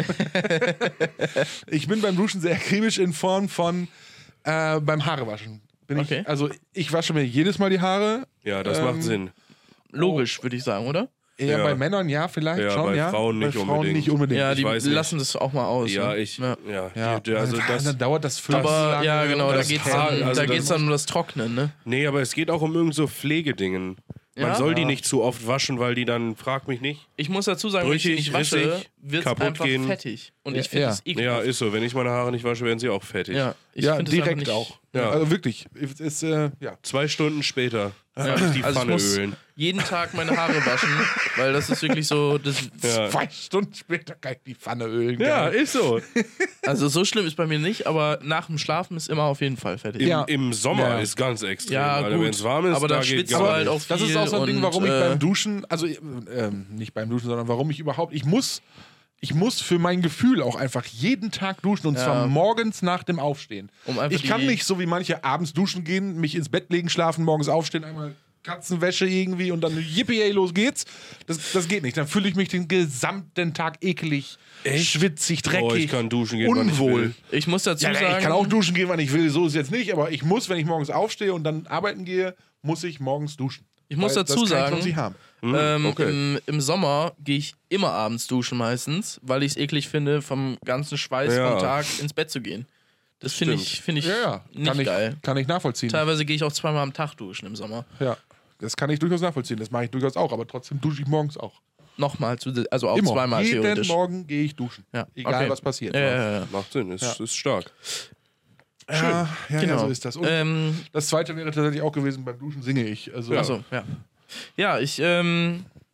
Ich bin beim Duschen sehr akribisch in Form von beim Haarewaschen. Okay. Ich wasche mir jedes Mal die Haare. Ja, das macht Sinn. Logisch, würde ich sagen, oder? Eher Ja. bei Männern ja, vielleicht Ja, schon, bei ja. Frauen nicht bei Frauen unbedingt. nicht unbedingt. Ja, die weiß nicht. lassen das auch mal aus. Ja, ne? ich. Ja, Ja, also das. dann dauert das 5 Aber ja, genau, da das geht's Haar- dann, also da das geht's dann um das Trocknen, ne? Nee, aber es geht auch um irgend so Pflegedingen. Man Ja? soll die nicht zu oft waschen, weil die dann, frag mich nicht. Ich muss dazu sagen, wenn ich die Brüchig, nicht wasche, rissig, wird's kaputt einfach gehen. fettig. Und ich Ja. finde das Ja, ekelhaft. ist so. Wenn ich meine Haare nicht wasche, werden sie auch fertig. Ja, ich Ja, find das einfach direkt nicht, auch. Ja. Also wirklich. Ist, ja. 2 Stunden später Ja. darf ich die Also ich Pfanne muss ölen. jeden Tag meine Haare waschen, weil das ist wirklich so, Ja. 2 Stunden später kann ich die Pfanne ölen. Ja, Geil. ist so. also so schlimm ist bei mir nicht, aber nach dem Schlafen ist immer auf jeden Fall fertig. Ja. Im Sommer Ja. ist ganz extrem. Ja, Alter, gut. wenn es warm ist, Aber da geht schwitzt gar du nicht. halt auch Das ist auch so ein Ding, und, warum ich beim Duschen, also nicht beim Duschen, sondern warum ich überhaupt, ich muss für mein Gefühl auch einfach jeden Tag duschen und zwar morgens nach dem Aufstehen. Um einfach Ich kann die- nicht so wie manche abends duschen gehen, mich ins Bett legen, schlafen, morgens aufstehen, einmal Katzenwäsche irgendwie und dann yippie, los geht's. Das geht nicht. Dann fühle ich mich den gesamten Tag eklig, schwitzig, dreckig, Oh, ich kann duschen gehen, wann ich unwohl. will. Ich muss dazu Ja, sagen, ich kann auch duschen gehen, wann ich will, so ist es jetzt nicht, aber ich muss, wenn ich morgens aufstehe und dann arbeiten gehe, muss ich morgens duschen. Ich muss Weil dazu das kann ich sagen, sonst nicht haben. Okay. im Sommer gehe ich immer abends duschen meistens, weil ich es eklig finde, vom ganzen Schweiß Ja. vom Tag ins Bett zu gehen. Das finde ich nicht geil. Kann ich nachvollziehen. Teilweise gehe ich auch 2-mal am Tag duschen im Sommer. Ja, das kann ich durchaus nachvollziehen. Das mache ich durchaus auch, aber trotzdem dusche ich morgens auch. Nochmal, also auch Immer. 2-mal Jeden theoretisch. Morgen gehe ich duschen. Ja. Egal, Okay. was passiert. Ja. Macht Sinn, ist stark. Ja, Genau. so ist das. Und das zweite wäre tatsächlich auch gewesen, beim Duschen singe ich. Also, Achso, ja. Ja, ich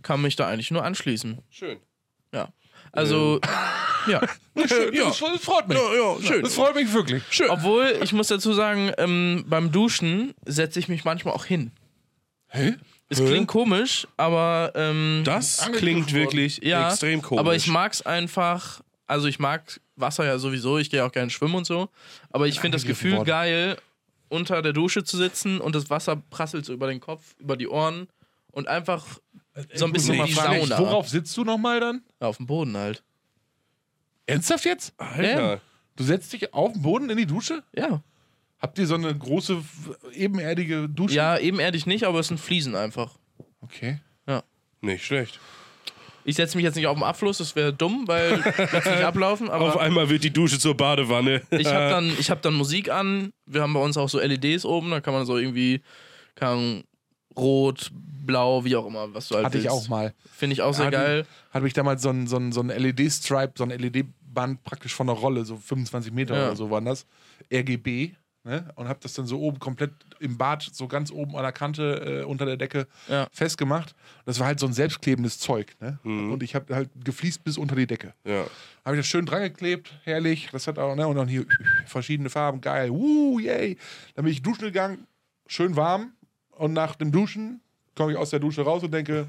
kann mich da eigentlich nur anschließen. Schön. Ja. Also, ja. Das freut mich. Ja, schön. Das freut mich wirklich. Schön. Obwohl, ich muss dazu sagen, beim Duschen setze ich mich manchmal auch hin. Hä? Es klingt komisch, aber Das klingt wirklich ja, extrem komisch. aber ich mag's einfach. Also ich mag Wasser ja sowieso, ich gehe auch gerne schwimmen und so. Aber ich finde das Gefühl Wort. geil, unter der Dusche zu sitzen und das Wasser prasselt so über den Kopf, über die Ohren und einfach so ein bisschen Mal wie fragen, Sauna. worauf sitzt du nochmal dann? Auf dem Boden halt. Ernsthaft jetzt? Alter. Du setzt dich auf den Boden in die Dusche? Ja. Habt ihr so eine große, ebenerdige Dusche? Ja, ebenerdig nicht, aber es sind Fliesen einfach. Okay. Nicht schlecht. Ich setze mich jetzt nicht auf den Abfluss, das wäre dumm, weil das nicht ablaufen, Auf aber einmal wird die Dusche zur Badewanne. ich habe dann Musik an. Wir haben bei uns auch so LEDs oben, da kann man so irgendwie, keine Ahnung, rot, blau, wie auch immer, was du halt Hatte ich willst. auch mal. Finde ich auch sehr geil. Hatte ich damals so ein LED-Stripe, so ein LED-Band praktisch von der Rolle, so 25 Meter Ja. oder so waren das. RGB. Ne? Und hab das dann so oben komplett im Bad, so ganz oben an der Kante unter der Decke festgemacht. Das war halt so ein selbstklebendes Zeug. Ne? Und ich habe halt gefliest bis unter die Decke. Ja. Habe ich das schön dran geklebt, herrlich. Das hat auch, ne? Und dann hier verschiedene Farben, geil. Yay. Dann bin ich duschen gegangen, schön warm. Und nach dem Duschen komme ich aus der Dusche raus und denke,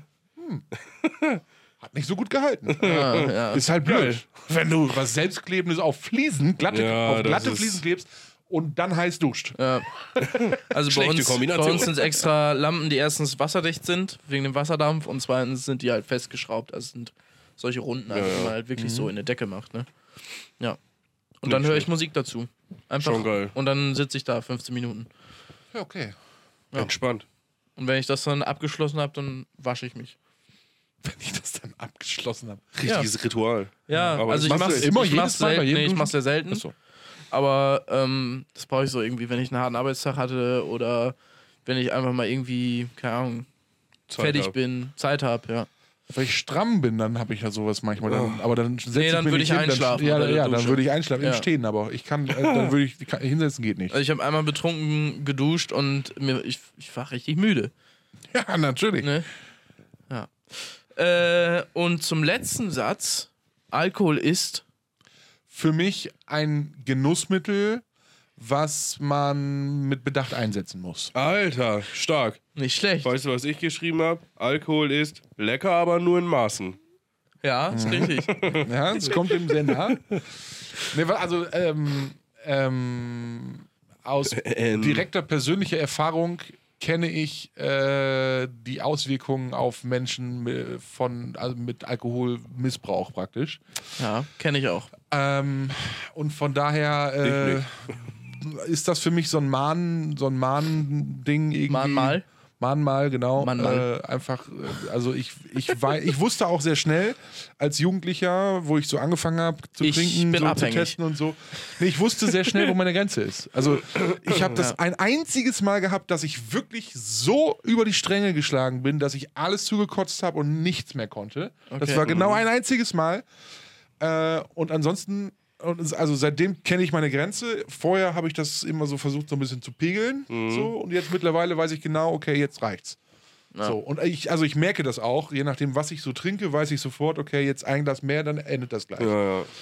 hat nicht so gut gehalten. Ja. Ist halt blöd. Wenn du was Selbstklebendes auf Fliesen, Ja, auf das glatte ist- Fliesen klebst und dann heiß duscht. Ja. Also bei Schlechte uns Kombination. sind extra Lampen, die erstens wasserdicht sind, wegen dem Wasserdampf, und zweitens sind die halt festgeschraubt. Also sind solche Runden, die man halt wirklich so in der Decke macht. Ne? Ja. Und dann höre ich Musik dazu. Einfach. Schon geil. Und dann sitze ich da 15 Minuten. Ja, okay. Entspannt. Und wenn ich das dann abgeschlossen habe, dann wasche ich mich. Wenn ich das dann abgeschlossen habe. Richtiges Ritual. Ja, Aber also das ich machst mach's du immer, ich jedes mach's Mal bei selten. jedem Nee, ich Duschen? mach's sehr selten. Achso. Aber das brauche ich so irgendwie, wenn ich einen harten Arbeitstag hatte oder wenn ich einfach mal irgendwie, keine Ahnung, fertig bin, Zeit habe, ja. Weil ich stramm bin, dann habe ich ja sowas manchmal. Dann, aber dann setze Nee, dann mir würde nicht ich hin, einschlafen Dann, unter der ja, dann Dusche. würde ich einschlafen im Ja. Stehen, aber ich kann, dann würde ich hinsetzen, geht nicht. Also ich habe einmal betrunken geduscht und ich war richtig müde. Ja, natürlich. Ne? Ja. Und zum letzten Satz, Alkohol ist Für mich ein Genussmittel, was man mit Bedacht einsetzen muss. Alter, stark. nicht schlecht. Weißt du, was ich geschrieben habe? Alkohol ist lecker, aber nur in Maßen. Ja, ist richtig. Ja, das kommt im Sender. Nee, also, aus direkter persönlicher Erfahrung kenne ich die Auswirkungen auf Menschen mit Alkoholmissbrauch praktisch. Ja, kenne ich auch. Und von daher ist das für mich so ein Mahn-Ding irgendwie. Mahnmal? Mahnmal, genau. Mahnmal. Einfach, also ich wusste auch sehr schnell als Jugendlicher, wo ich so angefangen habe zu Ich trinken, bin so abhängig. zu testen und so. Nee, ich wusste sehr schnell, wo meine Grenze ist. Also ich habe das ein einziges Mal gehabt, dass ich wirklich so über die Stränge geschlagen bin, dass ich alles zugekotzt habe und nichts mehr konnte. Das Okay. war genau ein einziges Mal. Und ansonsten, also seitdem kenne ich meine Grenze. Vorher habe ich das immer so versucht, so ein bisschen zu pegeln. So, und jetzt mittlerweile weiß ich genau, okay, jetzt reicht's. Ja. So, und ich merke das auch, je nachdem, was ich so trinke, weiß ich sofort, okay, jetzt ein Glas mehr, dann endet das gleich. Ja, ja.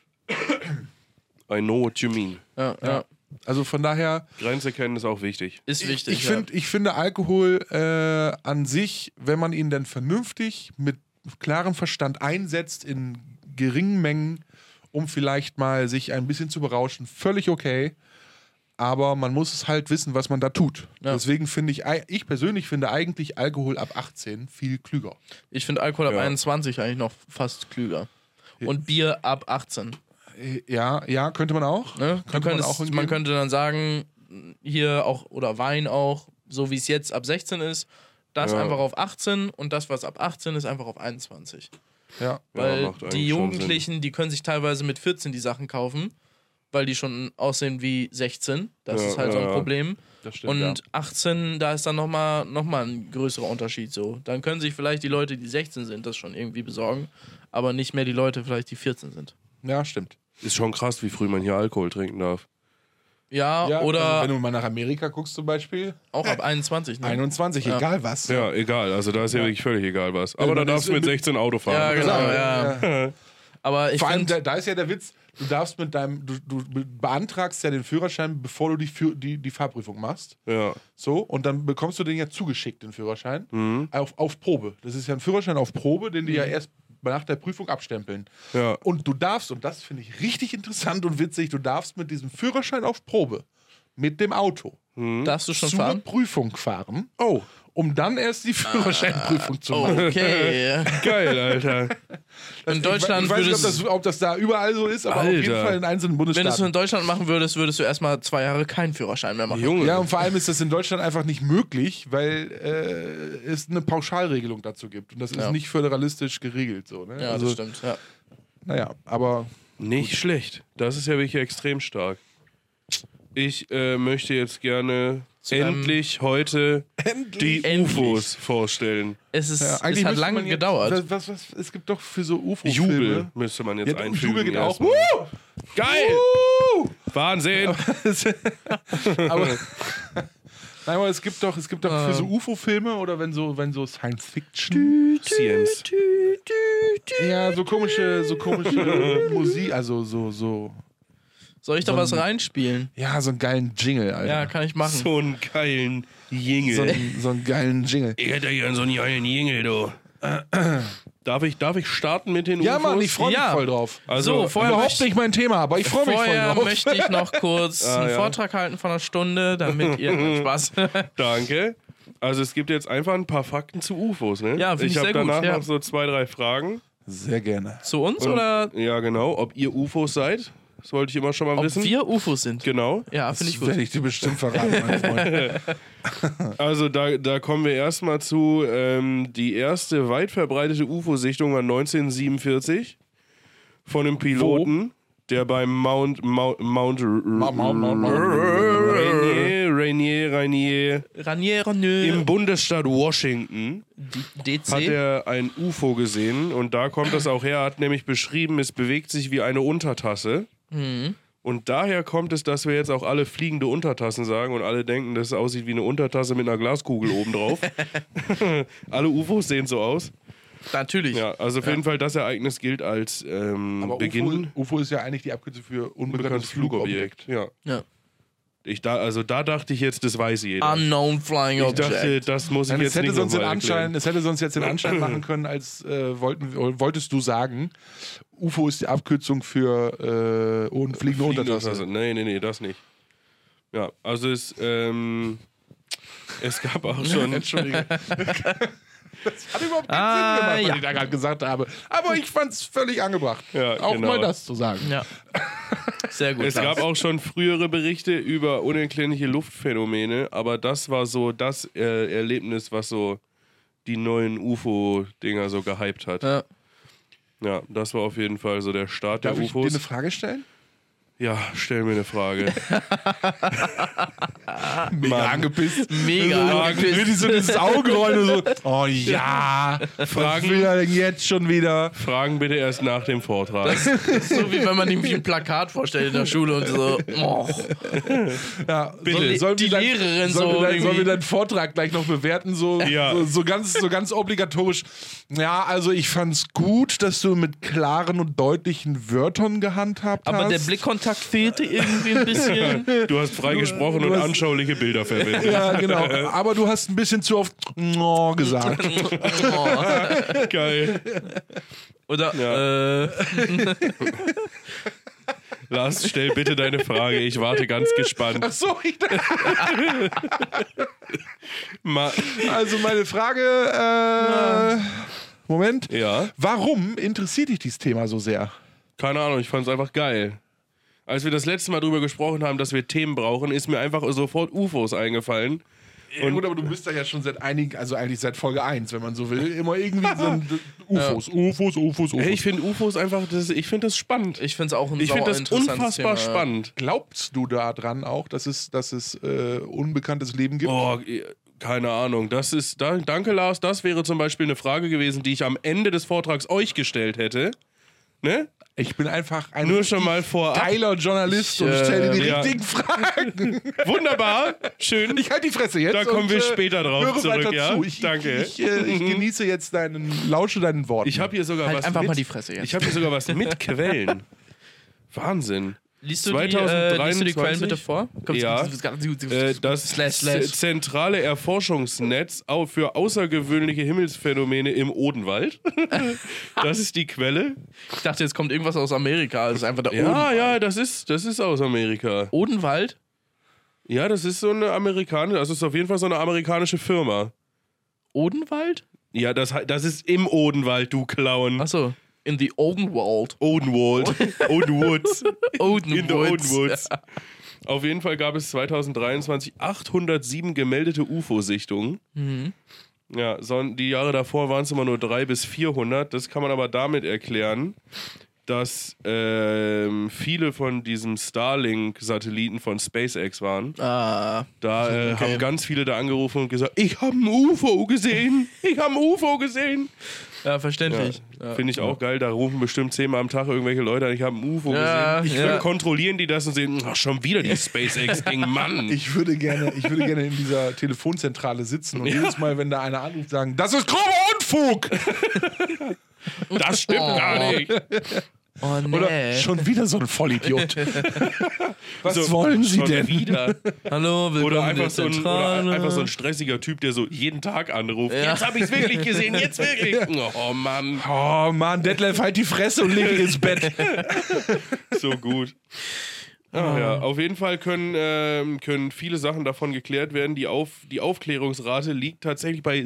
I know what you mean. Ja. Also von daher, Grenze kennen ist auch wichtig. Ist wichtig. ich finde Alkohol an sich, wenn man ihn dann vernünftig mit klarem Verstand einsetzt in geringen Mengen, um vielleicht mal sich ein bisschen zu berauschen, völlig okay. Aber man muss es halt wissen, was man da tut. Ja. Deswegen finde ich persönlich finde eigentlich Alkohol ab 18 viel klüger. Ich finde Alkohol ab Ja. 21 eigentlich noch fast klüger. Und Bier ab 18. Ja, könnte man auch. Ne? auch hingehen. Man könnte dann sagen, hier auch, oder Wein auch, so wie es jetzt ab 16 ist, das Ja. einfach auf 18 und das, was ab 18 ist, einfach auf 21. Ja. Weil macht eigentlich die schon Jugendlichen, die können sich teilweise mit 14 die Sachen kaufen, weil die schon aussehen wie 16. Das Ja, ist halt so ein ja. Problem. Das stimmt. Und 18, da ist dann nochmal ein größerer Unterschied so. Dann können sich vielleicht die Leute, die 16 sind, das schon irgendwie besorgen, aber nicht mehr die Leute vielleicht, die 14 sind. Ja, stimmt. Ist schon krass, wie früh man hier Alkohol trinken darf. Ja, Ja, oder also wenn du mal nach Amerika guckst zum Beispiel, auch ab 21. Ne? 21, egal was. Ja, egal. Also da ist ja wirklich völlig egal was. Aber da man darfst ist du mit 16 Auto fahren. Ja, genau, Ja. ja. Aber ich Vor allem, finde, da ist ja der Witz, du darfst mit du beantragst ja den Führerschein, bevor du die Fahrprüfung machst. Ja. So, und dann bekommst du den ja zugeschickt, den Führerschein, auf Probe. Das ist ja ein Führerschein auf Probe, den die ja erst nach der Prüfung abstempeln. Ja. Und du darfst, und das finde ich richtig interessant und witzig, du darfst mit diesem Führerschein auf Probe, mit dem Auto, darfst du schon zur fahren? Prüfung fahren, Oh, um dann erst die Führerscheinprüfung zu machen. Okay. geil, Alter. In Deutschland ich weiß nicht, würdest ob das da überall so ist, aber auf jeden Alter. Fall in einzelnen wenn du es in Bundesstaaten. Deutschland machen würdest, würdest du erstmal 2 Jahre keinen Führerschein mehr machen. Junge. Ja, und vor allem ist das in Deutschland einfach nicht möglich, weil es eine Pauschalregelung dazu gibt. Und das ist Ja. nicht föderalistisch geregelt. So, ne? Ja, also, das stimmt. Ja. Naja, aber Nicht schlecht. Das ist ja wirklich extrem stark. Ich möchte jetzt gerne endlich heute die Endlich. UFOs vorstellen. Es ja, hat müsste lange man jetzt- gedauert. Was, es gibt doch für so UFO-Filme. Jubel müsste man jetzt Ja, einfügen. Jubel geht auch. erstmal. Geil! Wahnsinn! aber, nein, aber es gibt doch für so UFO-Filme oder wenn so Science-Fiction. Science. Ja, so komische Musik, also so. Soll ich da was reinspielen? Ja, so einen geilen Jingle, Alter. Ja, kann ich machen. So einen geilen Jingle. So einen geilen Jingle. Ich hätte hier so einen geilen Jingle, du. Darf ich starten mit den Ja, UFOs? Mann, ich freue mich Ja. voll drauf. Also, So, vorher Überhaupt möchte- nicht mein Thema, aber ich freue mich voll Vorher drauf. möchte ich noch kurz einen ja. Vortrag halten von einer Stunde, damit ihr Spaß. danke. Also es gibt jetzt einfach ein paar Fakten zu UFOs, ne? Ja, finde ich habe sehr gut, danach ja. noch so 2, 3 Fragen. Sehr gerne. Zu uns oder Ja, genau. Ob ihr UFOs seid, das wollte ich immer schon mal ob wissen. wir UFOs sind? Genau. Ja, finde ich gut. Werde ich dir bestimmt verraten, mein Freund. Also da kommen wir erstmal zu, die erste weit verbreitete UFO-Sichtung war 1947 von einem Piloten, der beim Mount Rainier Ranier, im Bundesstaat Washington hat DC. er ein UFO gesehen und da kommt das auch her, hat nämlich beschrieben, es bewegt sich wie eine Untertasse. Und daher kommt es, dass wir jetzt auch alle fliegende Untertassen sagen und alle denken, dass es aussieht wie eine Untertasse mit einer Glaskugel oben drauf. Alle UFOs sehen so aus. Natürlich. Ja, also auf jeden Fall, das Ereignis gilt als Aber Beginn UFO ist ja eigentlich die Abkürzung für unbekanntes unbekanntes Flugobjekt. Flugobjekt. Ja. Ja. Da dachte ich jetzt, das weiß jeder. Unknown Flying Ich dachte, Object. das muss ich Nein, jetzt nicht es nochmal erklären. hätte sonst jetzt den Anschein machen können, als wolltest du sagen, UFO ist die Abkürzung für fliegende Fliegende Untertasse. Nee, das nicht. Ja, also es gab auch schon. Entschuldige. Das hat überhaupt keinen Sinn gemacht, was ja. ich da gerade gesagt habe. Aber ich fand es völlig angebracht, Ja, auch genau. mal das zu sagen. Ja. Sehr gut. Es Lars. gab auch schon frühere Berichte über unerklärliche Luftphänomene, aber das war so das Erlebnis, was so die neuen UFO-Dinger so gehypt hat. Ja. Ja, das war auf jeden Fall so der Start Darf der ich dir UFOs. eine Frage stellen? Ja, stell mir eine Frage. Mega angepisst. Mega angepisst. So dieses Augenrollen so. Oh ja. Was will er denn jetzt schon wieder? Fragen bitte erst nach dem Vortrag. So wie wenn man irgendwie ein Plakat vorstellt in der Schule und so. Oh. Ja, Bitte. Sollen Die wir Lehrerin sollen so wir irgendwie. deinen Vortrag gleich noch bewerten? So, Ja. so ganz obligatorisch. Ja, also ich fand's gut, dass du mit klaren und deutlichen Wörtern gehandhabt hast. Aber der Blickkontakt fehlte irgendwie ein bisschen. Du hast frei gesprochen du und hast- anschauliche Bilder verwendet. Ja, genau. Aber du hast ein bisschen zu oft gesagt. Oh. Geil. Oder, Lars, stell bitte deine Frage. Ich warte ganz gespannt. Ach so, Ma also meine Frage, Moment. ja, Warum interessiert dich dieses Thema so sehr? keine Ahnung, ich fand's einfach geil. Als wir das letzte Mal drüber gesprochen haben, dass wir Themen brauchen, ist mir einfach sofort UFOs eingefallen. Ja, gut, aber du bist da ja schon seit einigen, also eigentlich seit Folge 1, wenn man so will, immer irgendwie so ein UFOs. Hey, ich finde UFOs einfach, ich finde das spannend. ich finde es auch ein Ich finde das sauerinteressantes unfassbar Thema. spannend. Glaubst du daran auch, dass es unbekanntes Leben gibt? Oh, keine Ahnung. Danke, Lars. Das wäre zum Beispiel eine Frage gewesen, die ich am Ende des Vortrags euch gestellt hätte. Ne? Ich bin einfach ein Nur schon mal vorab. geiler Journalist und stelle dir die ja. richtigen Fragen. Wunderbar, schön. Ich halte die Fresse jetzt. Da kommen wir und, später drauf höre zurück, weiter ja? zu. Danke. Ich genieße jetzt lausche deinen Worten. Ich habe hier sogar Halt was einfach mit. mal die Fresse jetzt. Ich habe hier sogar was mit Quellen. Wahnsinn. Liest du 2023? die Quellen bitte vor? Ja. Das Slash. zentrale Erforschungsnetz für außergewöhnliche Himmelsphänomene im Odenwald. Das ist die Quelle. Ich dachte, jetzt kommt irgendwas aus Amerika. Das ist einfach der Ja, das ist aus Amerika. Odenwald? Ja, das ist so eine amerikanische, also ist auf jeden Fall so eine amerikanische Firma. Odenwald? Ja, das ist im Odenwald, du Clown. Achso. In the Odenwald. Odenwald. Odenwoods. In the Odenwoods. Odenwoods. Auf jeden Fall gab es 2023 807 gemeldete UFO-Sichtungen. Ja, die Jahre davor waren es immer nur 300 bis 400. Das kann man aber damit erklären, dass viele von diesem Starlink-Satelliten von SpaceX waren. Ah. Da haben ganz viele da angerufen und gesagt, ich habe ein UFO gesehen. Ich habe ein UFO gesehen. Ja, verständlich. Ja. Finde ich auch geil. Da rufen bestimmt 10-mal am Tag irgendwelche Leute an, ich habe ein UFO gesehen. Dann kontrollieren die das und sehen, ach, schon wieder die SpaceX-Ding, Mann. Ich würde gerne in dieser Telefonzentrale sitzen und jedes Mal, wenn da einer anruft, sagen, das ist grober Unfug! Das stimmt gar nicht. Oh, nee. Oder schon wieder so ein Vollidiot. Was So, wollen Sie schon denn? wieder? Hallo, willkommen Oder in der einfach so Zentrale. ein stressiger Typ, der so jeden Tag anruft. Ja. Jetzt habe ich es wirklich gesehen, jetzt wirklich. Oh Mann, Oh Mann, Detlef, halt die Fresse und leg dich ins Bett. so gut. Ja, auf jeden Fall können viele Sachen davon geklärt werden. Die Aufklärungsrate liegt tatsächlich bei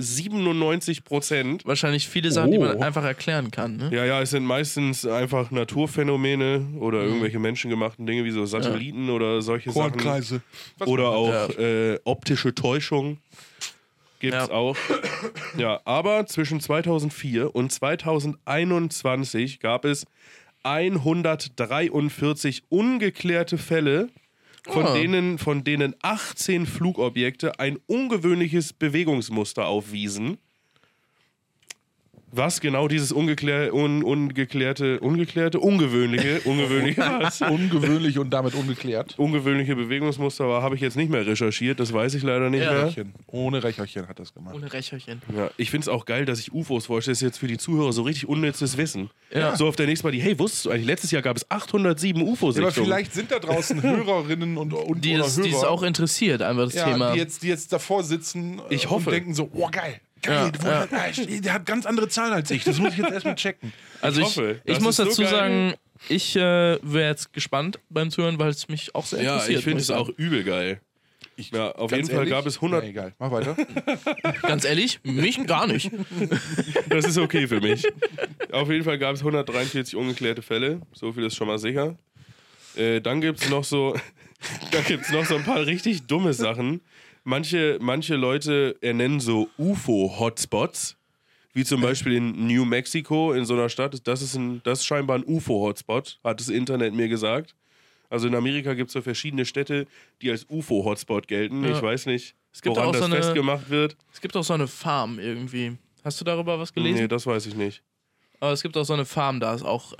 97%. Wahrscheinlich viele Sachen, die man einfach erklären kann. Ne? Ja, es sind meistens einfach Naturphänomene oder irgendwelche menschengemachten Dinge wie so Satelliten oder solche Sachen. Kornkreise. Oder auch optische Täuschung gibt's auch. Ja, aber zwischen 2004 und 2021 gab es 143 ungeklärte Fälle, von denen 18 Flugobjekte ein ungewöhnliches Bewegungsmuster aufwiesen. Was genau dieses ungewöhnliche was? Ungewöhnlich und damit ungeklärt. Ungewöhnliche Bewegungsmuster war, habe ich jetzt nicht mehr recherchiert, das weiß ich leider nicht mehr. Ohne Recherchen hat das gemacht. Ohne Recherchen. Ja, ich finde es auch geil, dass ich UFOs vorstelle. Das ist jetzt für die Zuhörer so richtig unnützes Wissen. Ja. So auf der nächsten Mal hey, wusstest du eigentlich, letztes Jahr gab es 807 Ja, UFO-Sichtungen. aber vielleicht sind da draußen Hörerinnen und Die oder es Hörer, auch interessiert, einfach das ja, Thema. die jetzt davor sitzen Ich hoffe. und denken so, oh geil, Ja, der hat ganz andere Zahlen als ich. Das muss ich jetzt erstmal checken. Also Ich hoffe, ich das muss ist so dazu geil. sagen, ich wäre jetzt gespannt beim Zuhören, weil es mich auch sehr Ja, interessiert. ich finde muss es auch übel geil. Ja, auf jeden Fall gab es 100. Ja, egal, mach weiter. Ganz ehrlich, mich gar nicht. Das ist okay für mich. Auf jeden Fall gab es 143 ungeklärte Fälle. So viel ist schon mal sicher. Dann gibt es noch so ein paar richtig dumme Sachen. Manche Leute ernennen so UFO-Hotspots, wie zum Beispiel in New Mexico, in so einer Stadt. Das ist scheinbar ein UFO-Hotspot, hat das Internet mir gesagt. Also in Amerika gibt es so verschiedene Städte, die als UFO-Hotspot gelten. Ja. Ich weiß nicht, Es gibt woran auch das so eine- festgemacht wird. Es gibt auch so eine Farm irgendwie. Hast du darüber was gelesen? Nee, das weiß ich nicht. Aber es gibt auch so eine Farm, da ist auch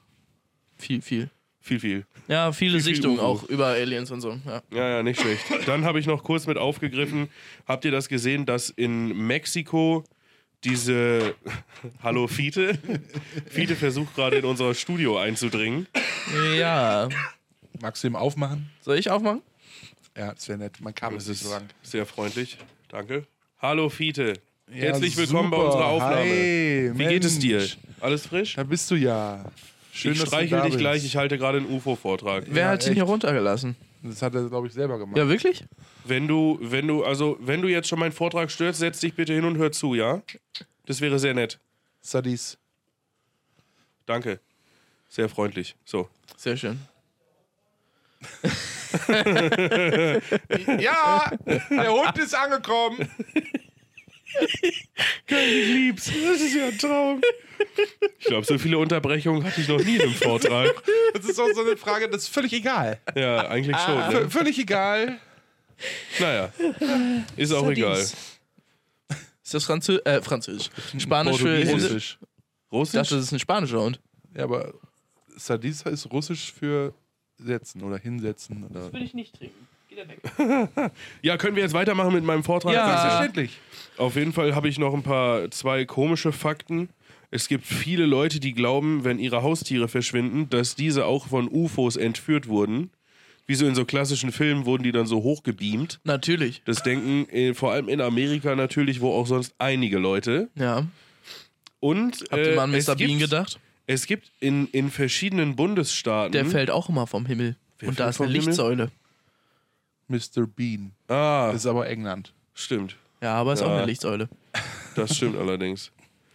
viel. Viel. Ja, viele Viel Sichtungen UFO. auch über Aliens und so. Ja. Ja, nicht schlecht. Dann habe ich noch kurz mit aufgegriffen. Habt ihr das gesehen, dass in Mexiko diese... Hallo Fiete? Fiete versucht gerade in unser Studio einzudringen. Ja. Magst du ihm aufmachen? Soll ich aufmachen? Ja, das wäre nett. Man kam Das nicht ist so ran. sehr freundlich. Danke. Hallo Fiete. Ja, Herzlich willkommen bei super. unserer Aufnahme. Hi, Wie geht es dir? Mensch. Alles frisch? Da bist du ja. Schön, Ich dass du streichel da dich bist. gleich. Ich halte gerade einen UFO-Vortrag. Wer hat ihn echt. hier runtergelassen? Das hat er, glaube ich, selber gemacht. Ja, wirklich? Wenn du jetzt schon meinen Vortrag störst, setz dich bitte hin und hör zu, ja? Das wäre sehr nett. Sadis. Danke. Sehr freundlich. So. Sehr schön. Ja, der Hund ist angekommen. Ich lieb's. Das ist ja ein Traum. Ich glaube, so viele Unterbrechungen hatte ich noch nie in einem Vortrag. Das ist auch so eine Frage, das ist völlig egal. Ja, eigentlich schon. Ne? Völlig egal. Naja, ist auch egal. Ist das Französisch? Spanisch für... Portugiesisch. Ich dachte, das ist ein spanischer Hund. Ja, aber Sadisa ist russisch für setzen oder hinsetzen. Oder Das würde ich nicht trinken. Geht er weg. Ja, können wir jetzt weitermachen mit meinem Vortrag? Ja. Selbstverständlich. Auf jeden Fall habe ich noch zwei komische Fakten. Es gibt viele Leute, die glauben, wenn ihre Haustiere verschwinden, dass diese auch von UFOs entführt wurden. Wie so in so klassischen Filmen wurden die dann so hochgebeamt. Natürlich. Das denken vor allem in Amerika natürlich, wo auch sonst einige Leute. Ja. Und Habt ihr mal an Mr. Bean gedacht? Es gibt in verschiedenen Bundesstaaten. Der fällt auch immer vom Himmel. Wer Und da fällt ist eine vom Himmel? Lichtsäule. Mr. Bean. Ah, Das ist aber England. stimmt. Ja, aber ist auch eine Lichtsäule. Das stimmt allerdings.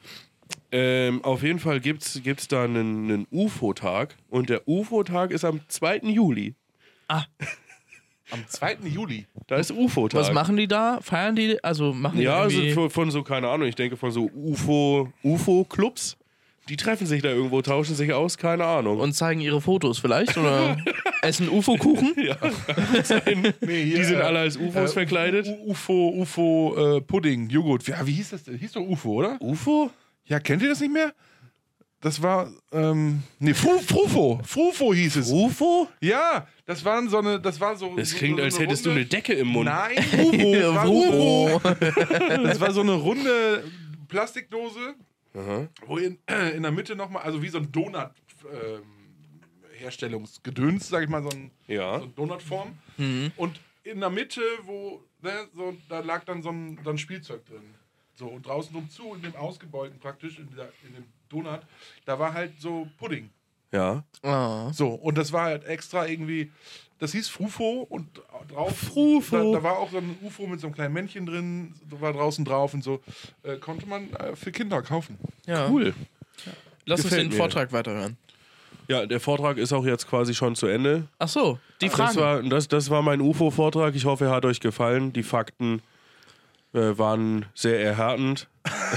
Auf jeden Fall gibt's da einen UFO-Tag. Und der UFO-Tag ist am 2. Juli. Am 2. Juli. Da ist UFO-Tag. Was machen die da? Feiern die? Also machen die Ja, da also irgendwie... von so, keine Ahnung, ich denke von so UFO-Clubs. Die treffen sich da irgendwo, tauschen sich aus, keine Ahnung. Und zeigen ihre Fotos vielleicht? Oder essen UFO-Kuchen? ja, die sind alle als UFOs verkleidet. UFO, Pudding, Joghurt. Ja, wie hieß das denn? Hieß doch UFO, oder? UFO? Ja, kennt ihr das nicht mehr? Das war, Frufo. Frufo hieß es. UFO? Ja, das war so. Das klingt, als hättest du eine Decke im Mund. Nein, UFO. Das war UFO. Das war so eine runde Plastikdose, Aha. wo in der Mitte nochmal, also wie so ein Donut Herstellungsgedöns, sag ich mal, so Ja. eine Donutform. Und in der Mitte, da lag dann so ein Spielzeug drin. So, und draußen drum zu, in dem Ausgebeuten praktisch, in dem Donut, da war halt so Pudding. Ja. Ah. So, und das war halt extra irgendwie, das hieß Frufo und drauf. Frufo. Da war auch so ein UFO mit so einem kleinen Männchen drin, war draußen drauf und so. Konnte man für Kinder kaufen. Ja. Cool. Lass uns Gefällt den mir. Vortrag weiterhören. Ja, der Vortrag ist auch jetzt quasi schon zu Ende. Ach so, die Fragen. Das war mein UFO-Vortrag. Ich hoffe, er hat euch gefallen. Die Fakten waren sehr erhärtend.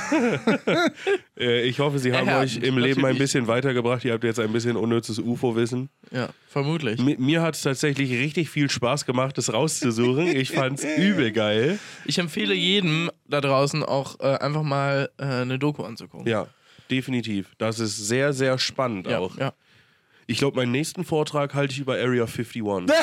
Ich hoffe, sie haben Erhärtend, euch im Leben ein natürlich. bisschen weitergebracht. Ihr habt jetzt ein bisschen unnützes UFO-Wissen. Ja, vermutlich. Mir hat es tatsächlich richtig viel Spaß gemacht, das rauszusuchen. Ich fand's übel geil. Ich empfehle jedem da draußen auch einfach mal eine Doku anzugucken. Ja, definitiv. Das ist sehr, sehr spannend Ja, auch. ja. Ich glaube, meinen nächsten Vortrag halte ich über Area 51.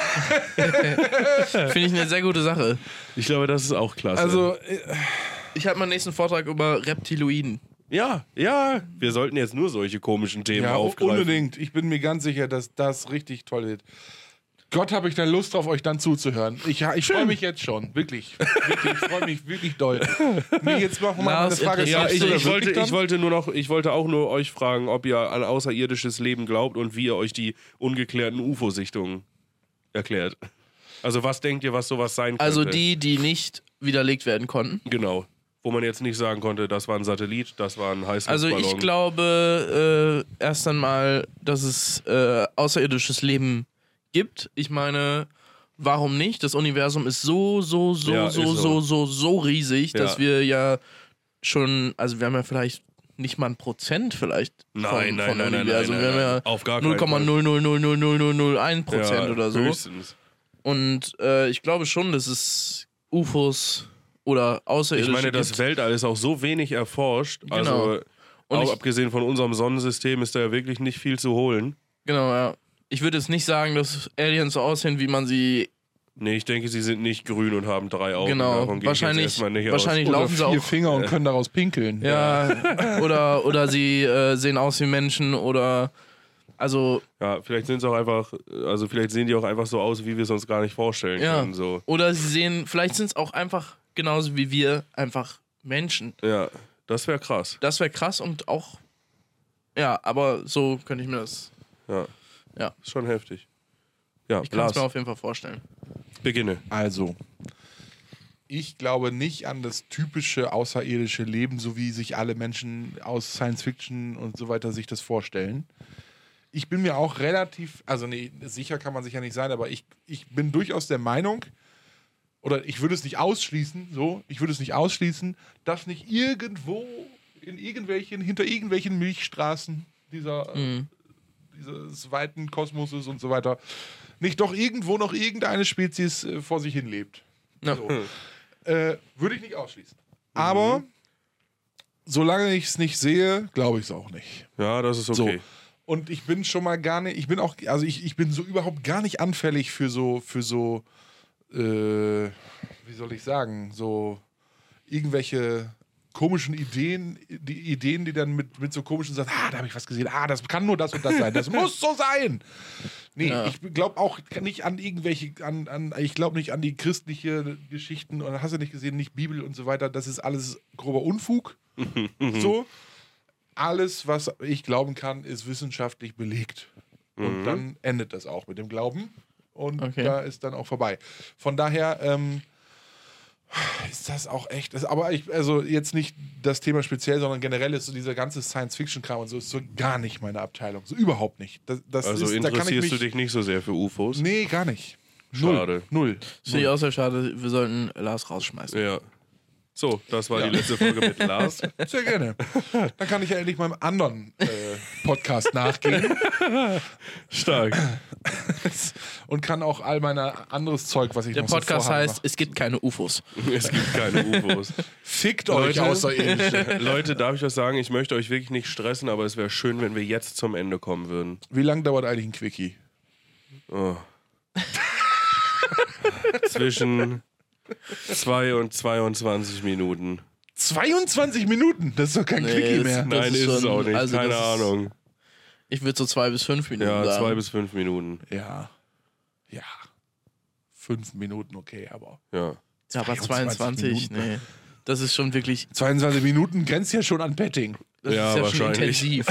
Finde ich eine sehr gute Sache. Ich glaube, das ist auch klasse. Also, Ich habe meinen nächsten Vortrag über Reptiloiden. ja, wir sollten jetzt nur solche komischen Themen ja, aufgreifen. unbedingt. Ich bin mir ganz sicher, dass das richtig toll wird. Gott, habe ich da Lust drauf, euch dann zuzuhören. Ich freue mich jetzt schon. Wirklich. Ich freue mich wirklich doll. Nee, jetzt machen wir mal eine Lars, Frage. Ja, Glaubst du da ich wollte auch nur euch fragen, ob ihr an außerirdisches Leben glaubt und wie ihr euch die ungeklärten UFO-Sichtungen erklärt. Also was denkt ihr, was sowas sein könnte? Also die nicht widerlegt werden konnten. Genau. Wo man jetzt nicht sagen konnte, das war ein Satellit, das war ein Heißluftballon. Also ich glaube erst einmal, dass es außerirdisches Leben gibt. Ich meine, warum nicht? Das Universum ist so riesig, Ja. dass wir ja schon, also wir haben ja vielleicht nicht mal 1% vielleicht Nein, vom nein, Universum. Wir haben ja auf gar keinen Fall. 0,0000001% oder so. Höchstens. Und ich glaube schon, dass es UFOs oder Ich Außerirdische meine, das gibt. Weltall ist auch so wenig erforscht. Genau. Also, Und auch ich- abgesehen von unserem Sonnensystem ist da ja wirklich nicht viel zu holen. Genau, ja. Ich würde jetzt nicht sagen, dass Aliens so aussehen, wie man sie. Nee, ich denke, sie sind nicht grün und haben 3 Augen. Genau. Davon gehe ich jetzt Wahrscheinlich erstmal nicht wahrscheinlich Oder laufen sie 4 auch. Finger und können daraus pinkeln. Ja, oder sie sehen aus wie Menschen oder. Also, Ja, vielleicht sind es auch einfach, also vielleicht sehen die auch einfach so aus, wie wir es uns gar nicht vorstellen ja. können. So. Oder sie sehen, vielleicht sind es auch einfach genauso wie wir, einfach Menschen. Ja, das wäre krass. Das wäre krass und auch. Ja, aber so könnte ich mir das. Ja. Ja. Ist schon heftig. Ja, Ich kann es Lars, mir auf jeden Fall vorstellen. beginne. Also, ich glaube nicht an das typische außerirdische Leben, so wie sich alle Menschen aus Science Fiction und so weiter sich das vorstellen. Ich bin mir auch relativ, also nee, sicher kann man sich ja nicht sein, aber ich bin durchaus der Meinung, oder ich würde es nicht ausschließen, dass nicht irgendwo hinter irgendwelchen Milchstraßen dieses weiten Kosmoses und so weiter, nicht doch irgendwo noch irgendeine Spezies vor sich hin lebt. Ja. So. Würde ich nicht ausschließen. Aber solange ich es nicht sehe, glaube ich es auch nicht. Ja, das ist okay. Und ich bin schon mal gar nicht, ich bin so überhaupt gar nicht anfällig für so, wie soll ich sagen, so irgendwelche komischen Ideen, die dann mit so komischen Sachen, da habe ich was gesehen, das kann nur das und das sein, das muss so sein. Nee, ich glaube auch nicht an irgendwelche, ich glaube nicht an die christliche Geschichten und hast du nicht gesehen, nicht Bibel und so weiter, das ist alles grober Unfug. So. Alles, was ich glauben kann, ist wissenschaftlich belegt. Und dann endet das auch mit dem Glauben. Und da ist dann auch vorbei. Von daher ist das auch echt. Aber also jetzt nicht das Thema speziell, sondern generell ist so dieser ganze Science-Fiction-Kram und so ist so gar nicht meine Abteilung. So überhaupt nicht. Also interessierst du dich nicht so sehr für UFOs? Nee, gar nicht. Schade. Null. Das finde ich auch sehr schade. Wir sollten Lars rausschmeißen. Ja. So, das war die letzte Folge mit Lars. Sehr gerne. Dann kann ich ja endlich meinem anderen Podcast nachgehen. Stark. Und kann auch all mein anderes Zeug, was ich Der noch Podcast so vorhabe, heißt, es gibt keine UFOs. Es gibt keine UFOs. Fickt euch Außerirdische. Leute, darf ich was sagen? Ich möchte euch wirklich nicht stressen, aber es wäre schön, wenn wir jetzt zum Ende kommen würden. Wie lange dauert eigentlich ein Quickie? Oh. Zwischen 2 und 22 Minuten. 22 Minuten? Das ist doch kein Quickie mehr. Nein, ist es auch nicht. also Keine Ahnung. Ich würde so 2 bis 5 Minuten Ja, sagen. 2 bis 5 Minuten. Ja. 5 Minuten, okay, aber. Ja. Ja, aber 22, Minuten. nee. Das ist schon wirklich, 22 Minuten grenzt ja schon an Petting. das Ja, ist ja schon wahrscheinlich. intensiv.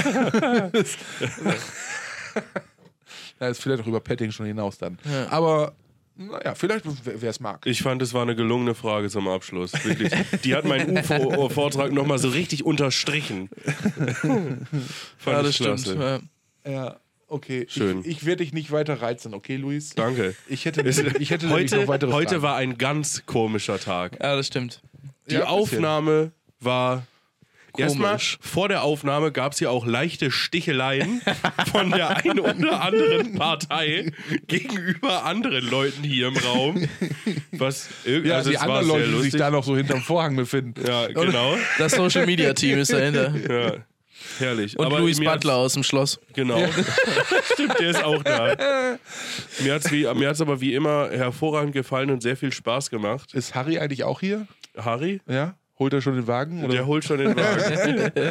Da ist vielleicht auch über Petting schon hinaus dann. Ja. Aber, naja, vielleicht, wer es mag. Ich fand, es war eine gelungene Frage zum Abschluss. Wirklich. Die hat meinen UFO-Vortrag nochmal so richtig unterstrichen. Fand ich klasse. stimmt. Ja, okay. Schön. Ich werde dich nicht weiter reizen, okay, Luis? Danke. Ich hätte nämlich noch weitere Heute Fragen. war ein ganz komischer Tag. Ja, das stimmt. Die Ja, Aufnahme war... Erstmal, Komisch. vor der Aufnahme gab es ja auch leichte Sticheleien von der einen oder anderen Partei gegenüber anderen Leuten hier im Raum. Was Ja, also die es war anderen sehr Leute, die sich lustig. da noch so hinterm Vorhang befinden. Ja, genau. Das Social Media Team ist dahinter. Ja, herrlich. Und Aber Luis mir hat's- Butler aus dem Schloss. Genau. Stimmt, der ist auch da. Mir hat's aber wie immer hervorragend gefallen und sehr viel Spaß gemacht. Ist Harry eigentlich auch hier? Harry, Ja? Holt er schon den Wagen? Oder? der holt schon den Wagen.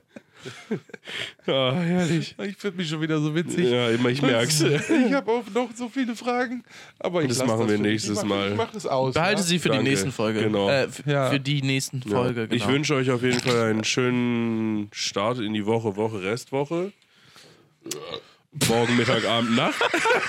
Ja, herrlich. Ich finde mich schon wieder so witzig. Ja, ich merk's. Ich habe auch noch so viele Fragen. Aber Das lass machen wir für mich. nächstes Ich Mal. mach das aus. Behalte ja? sie für die Danke. nächsten Folge. Genau. Ja. Für die nächsten Folge, genau. Ich wünsche euch auf jeden Fall einen schönen Start in die Woche, Restwoche. Morgen, Mittag, Abend, Nacht.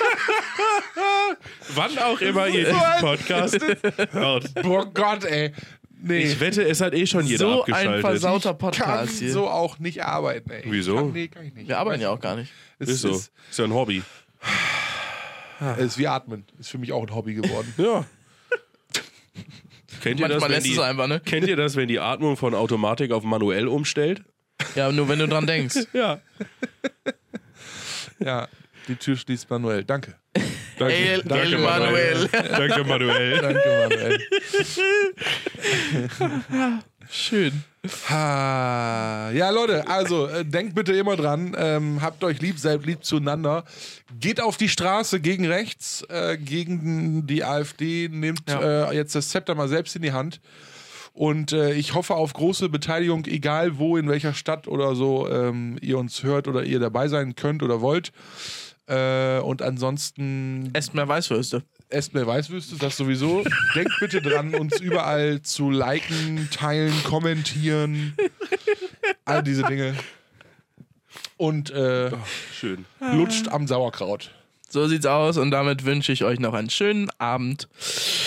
Wann auch immer ihr diesen Podcast hört. Oh Gott, ey. Nee. Ich wette, es hat eh schon jeder so ein abgeschaltet. versauter kann Podcast hier. so auch nicht arbeiten, ey. Wieso? Kann ich nicht. Wir arbeiten ja auch gar nicht. Es Ist so. Ist ja ein Hobby. Es ist wie Atmen. Ist für mich auch ein Hobby geworden. Ja. Kennt ihr das, Manchmal wenn lässt es einfach, ne? Kennt ihr das, wenn die Atmung von Automatik auf manuell umstellt? Ja, nur wenn du dran denkst. Ja. Ja, die Tür schließt manuell. Danke. Danke, El danke Manuel. Danke, Manuel. Danke, Manuel. Schön. Ja, Leute, also denkt bitte immer dran, habt euch lieb, seid lieb zueinander. Geht auf die Straße gegen rechts, gegen die AfD, nehmt jetzt das Zepter mal selbst in die Hand. Und ich hoffe auf große Beteiligung, egal wo, in welcher Stadt oder so ihr uns hört oder ihr dabei sein könnt oder wollt. Und ansonsten Esst mehr Weißwürste. esst mehr Weißwürste, das sowieso. Denkt bitte dran, uns überall zu liken, teilen, kommentieren. All diese Dinge. Und Schön. lutscht am Sauerkraut. So sieht's aus und damit wünsche ich euch noch einen schönen Abend.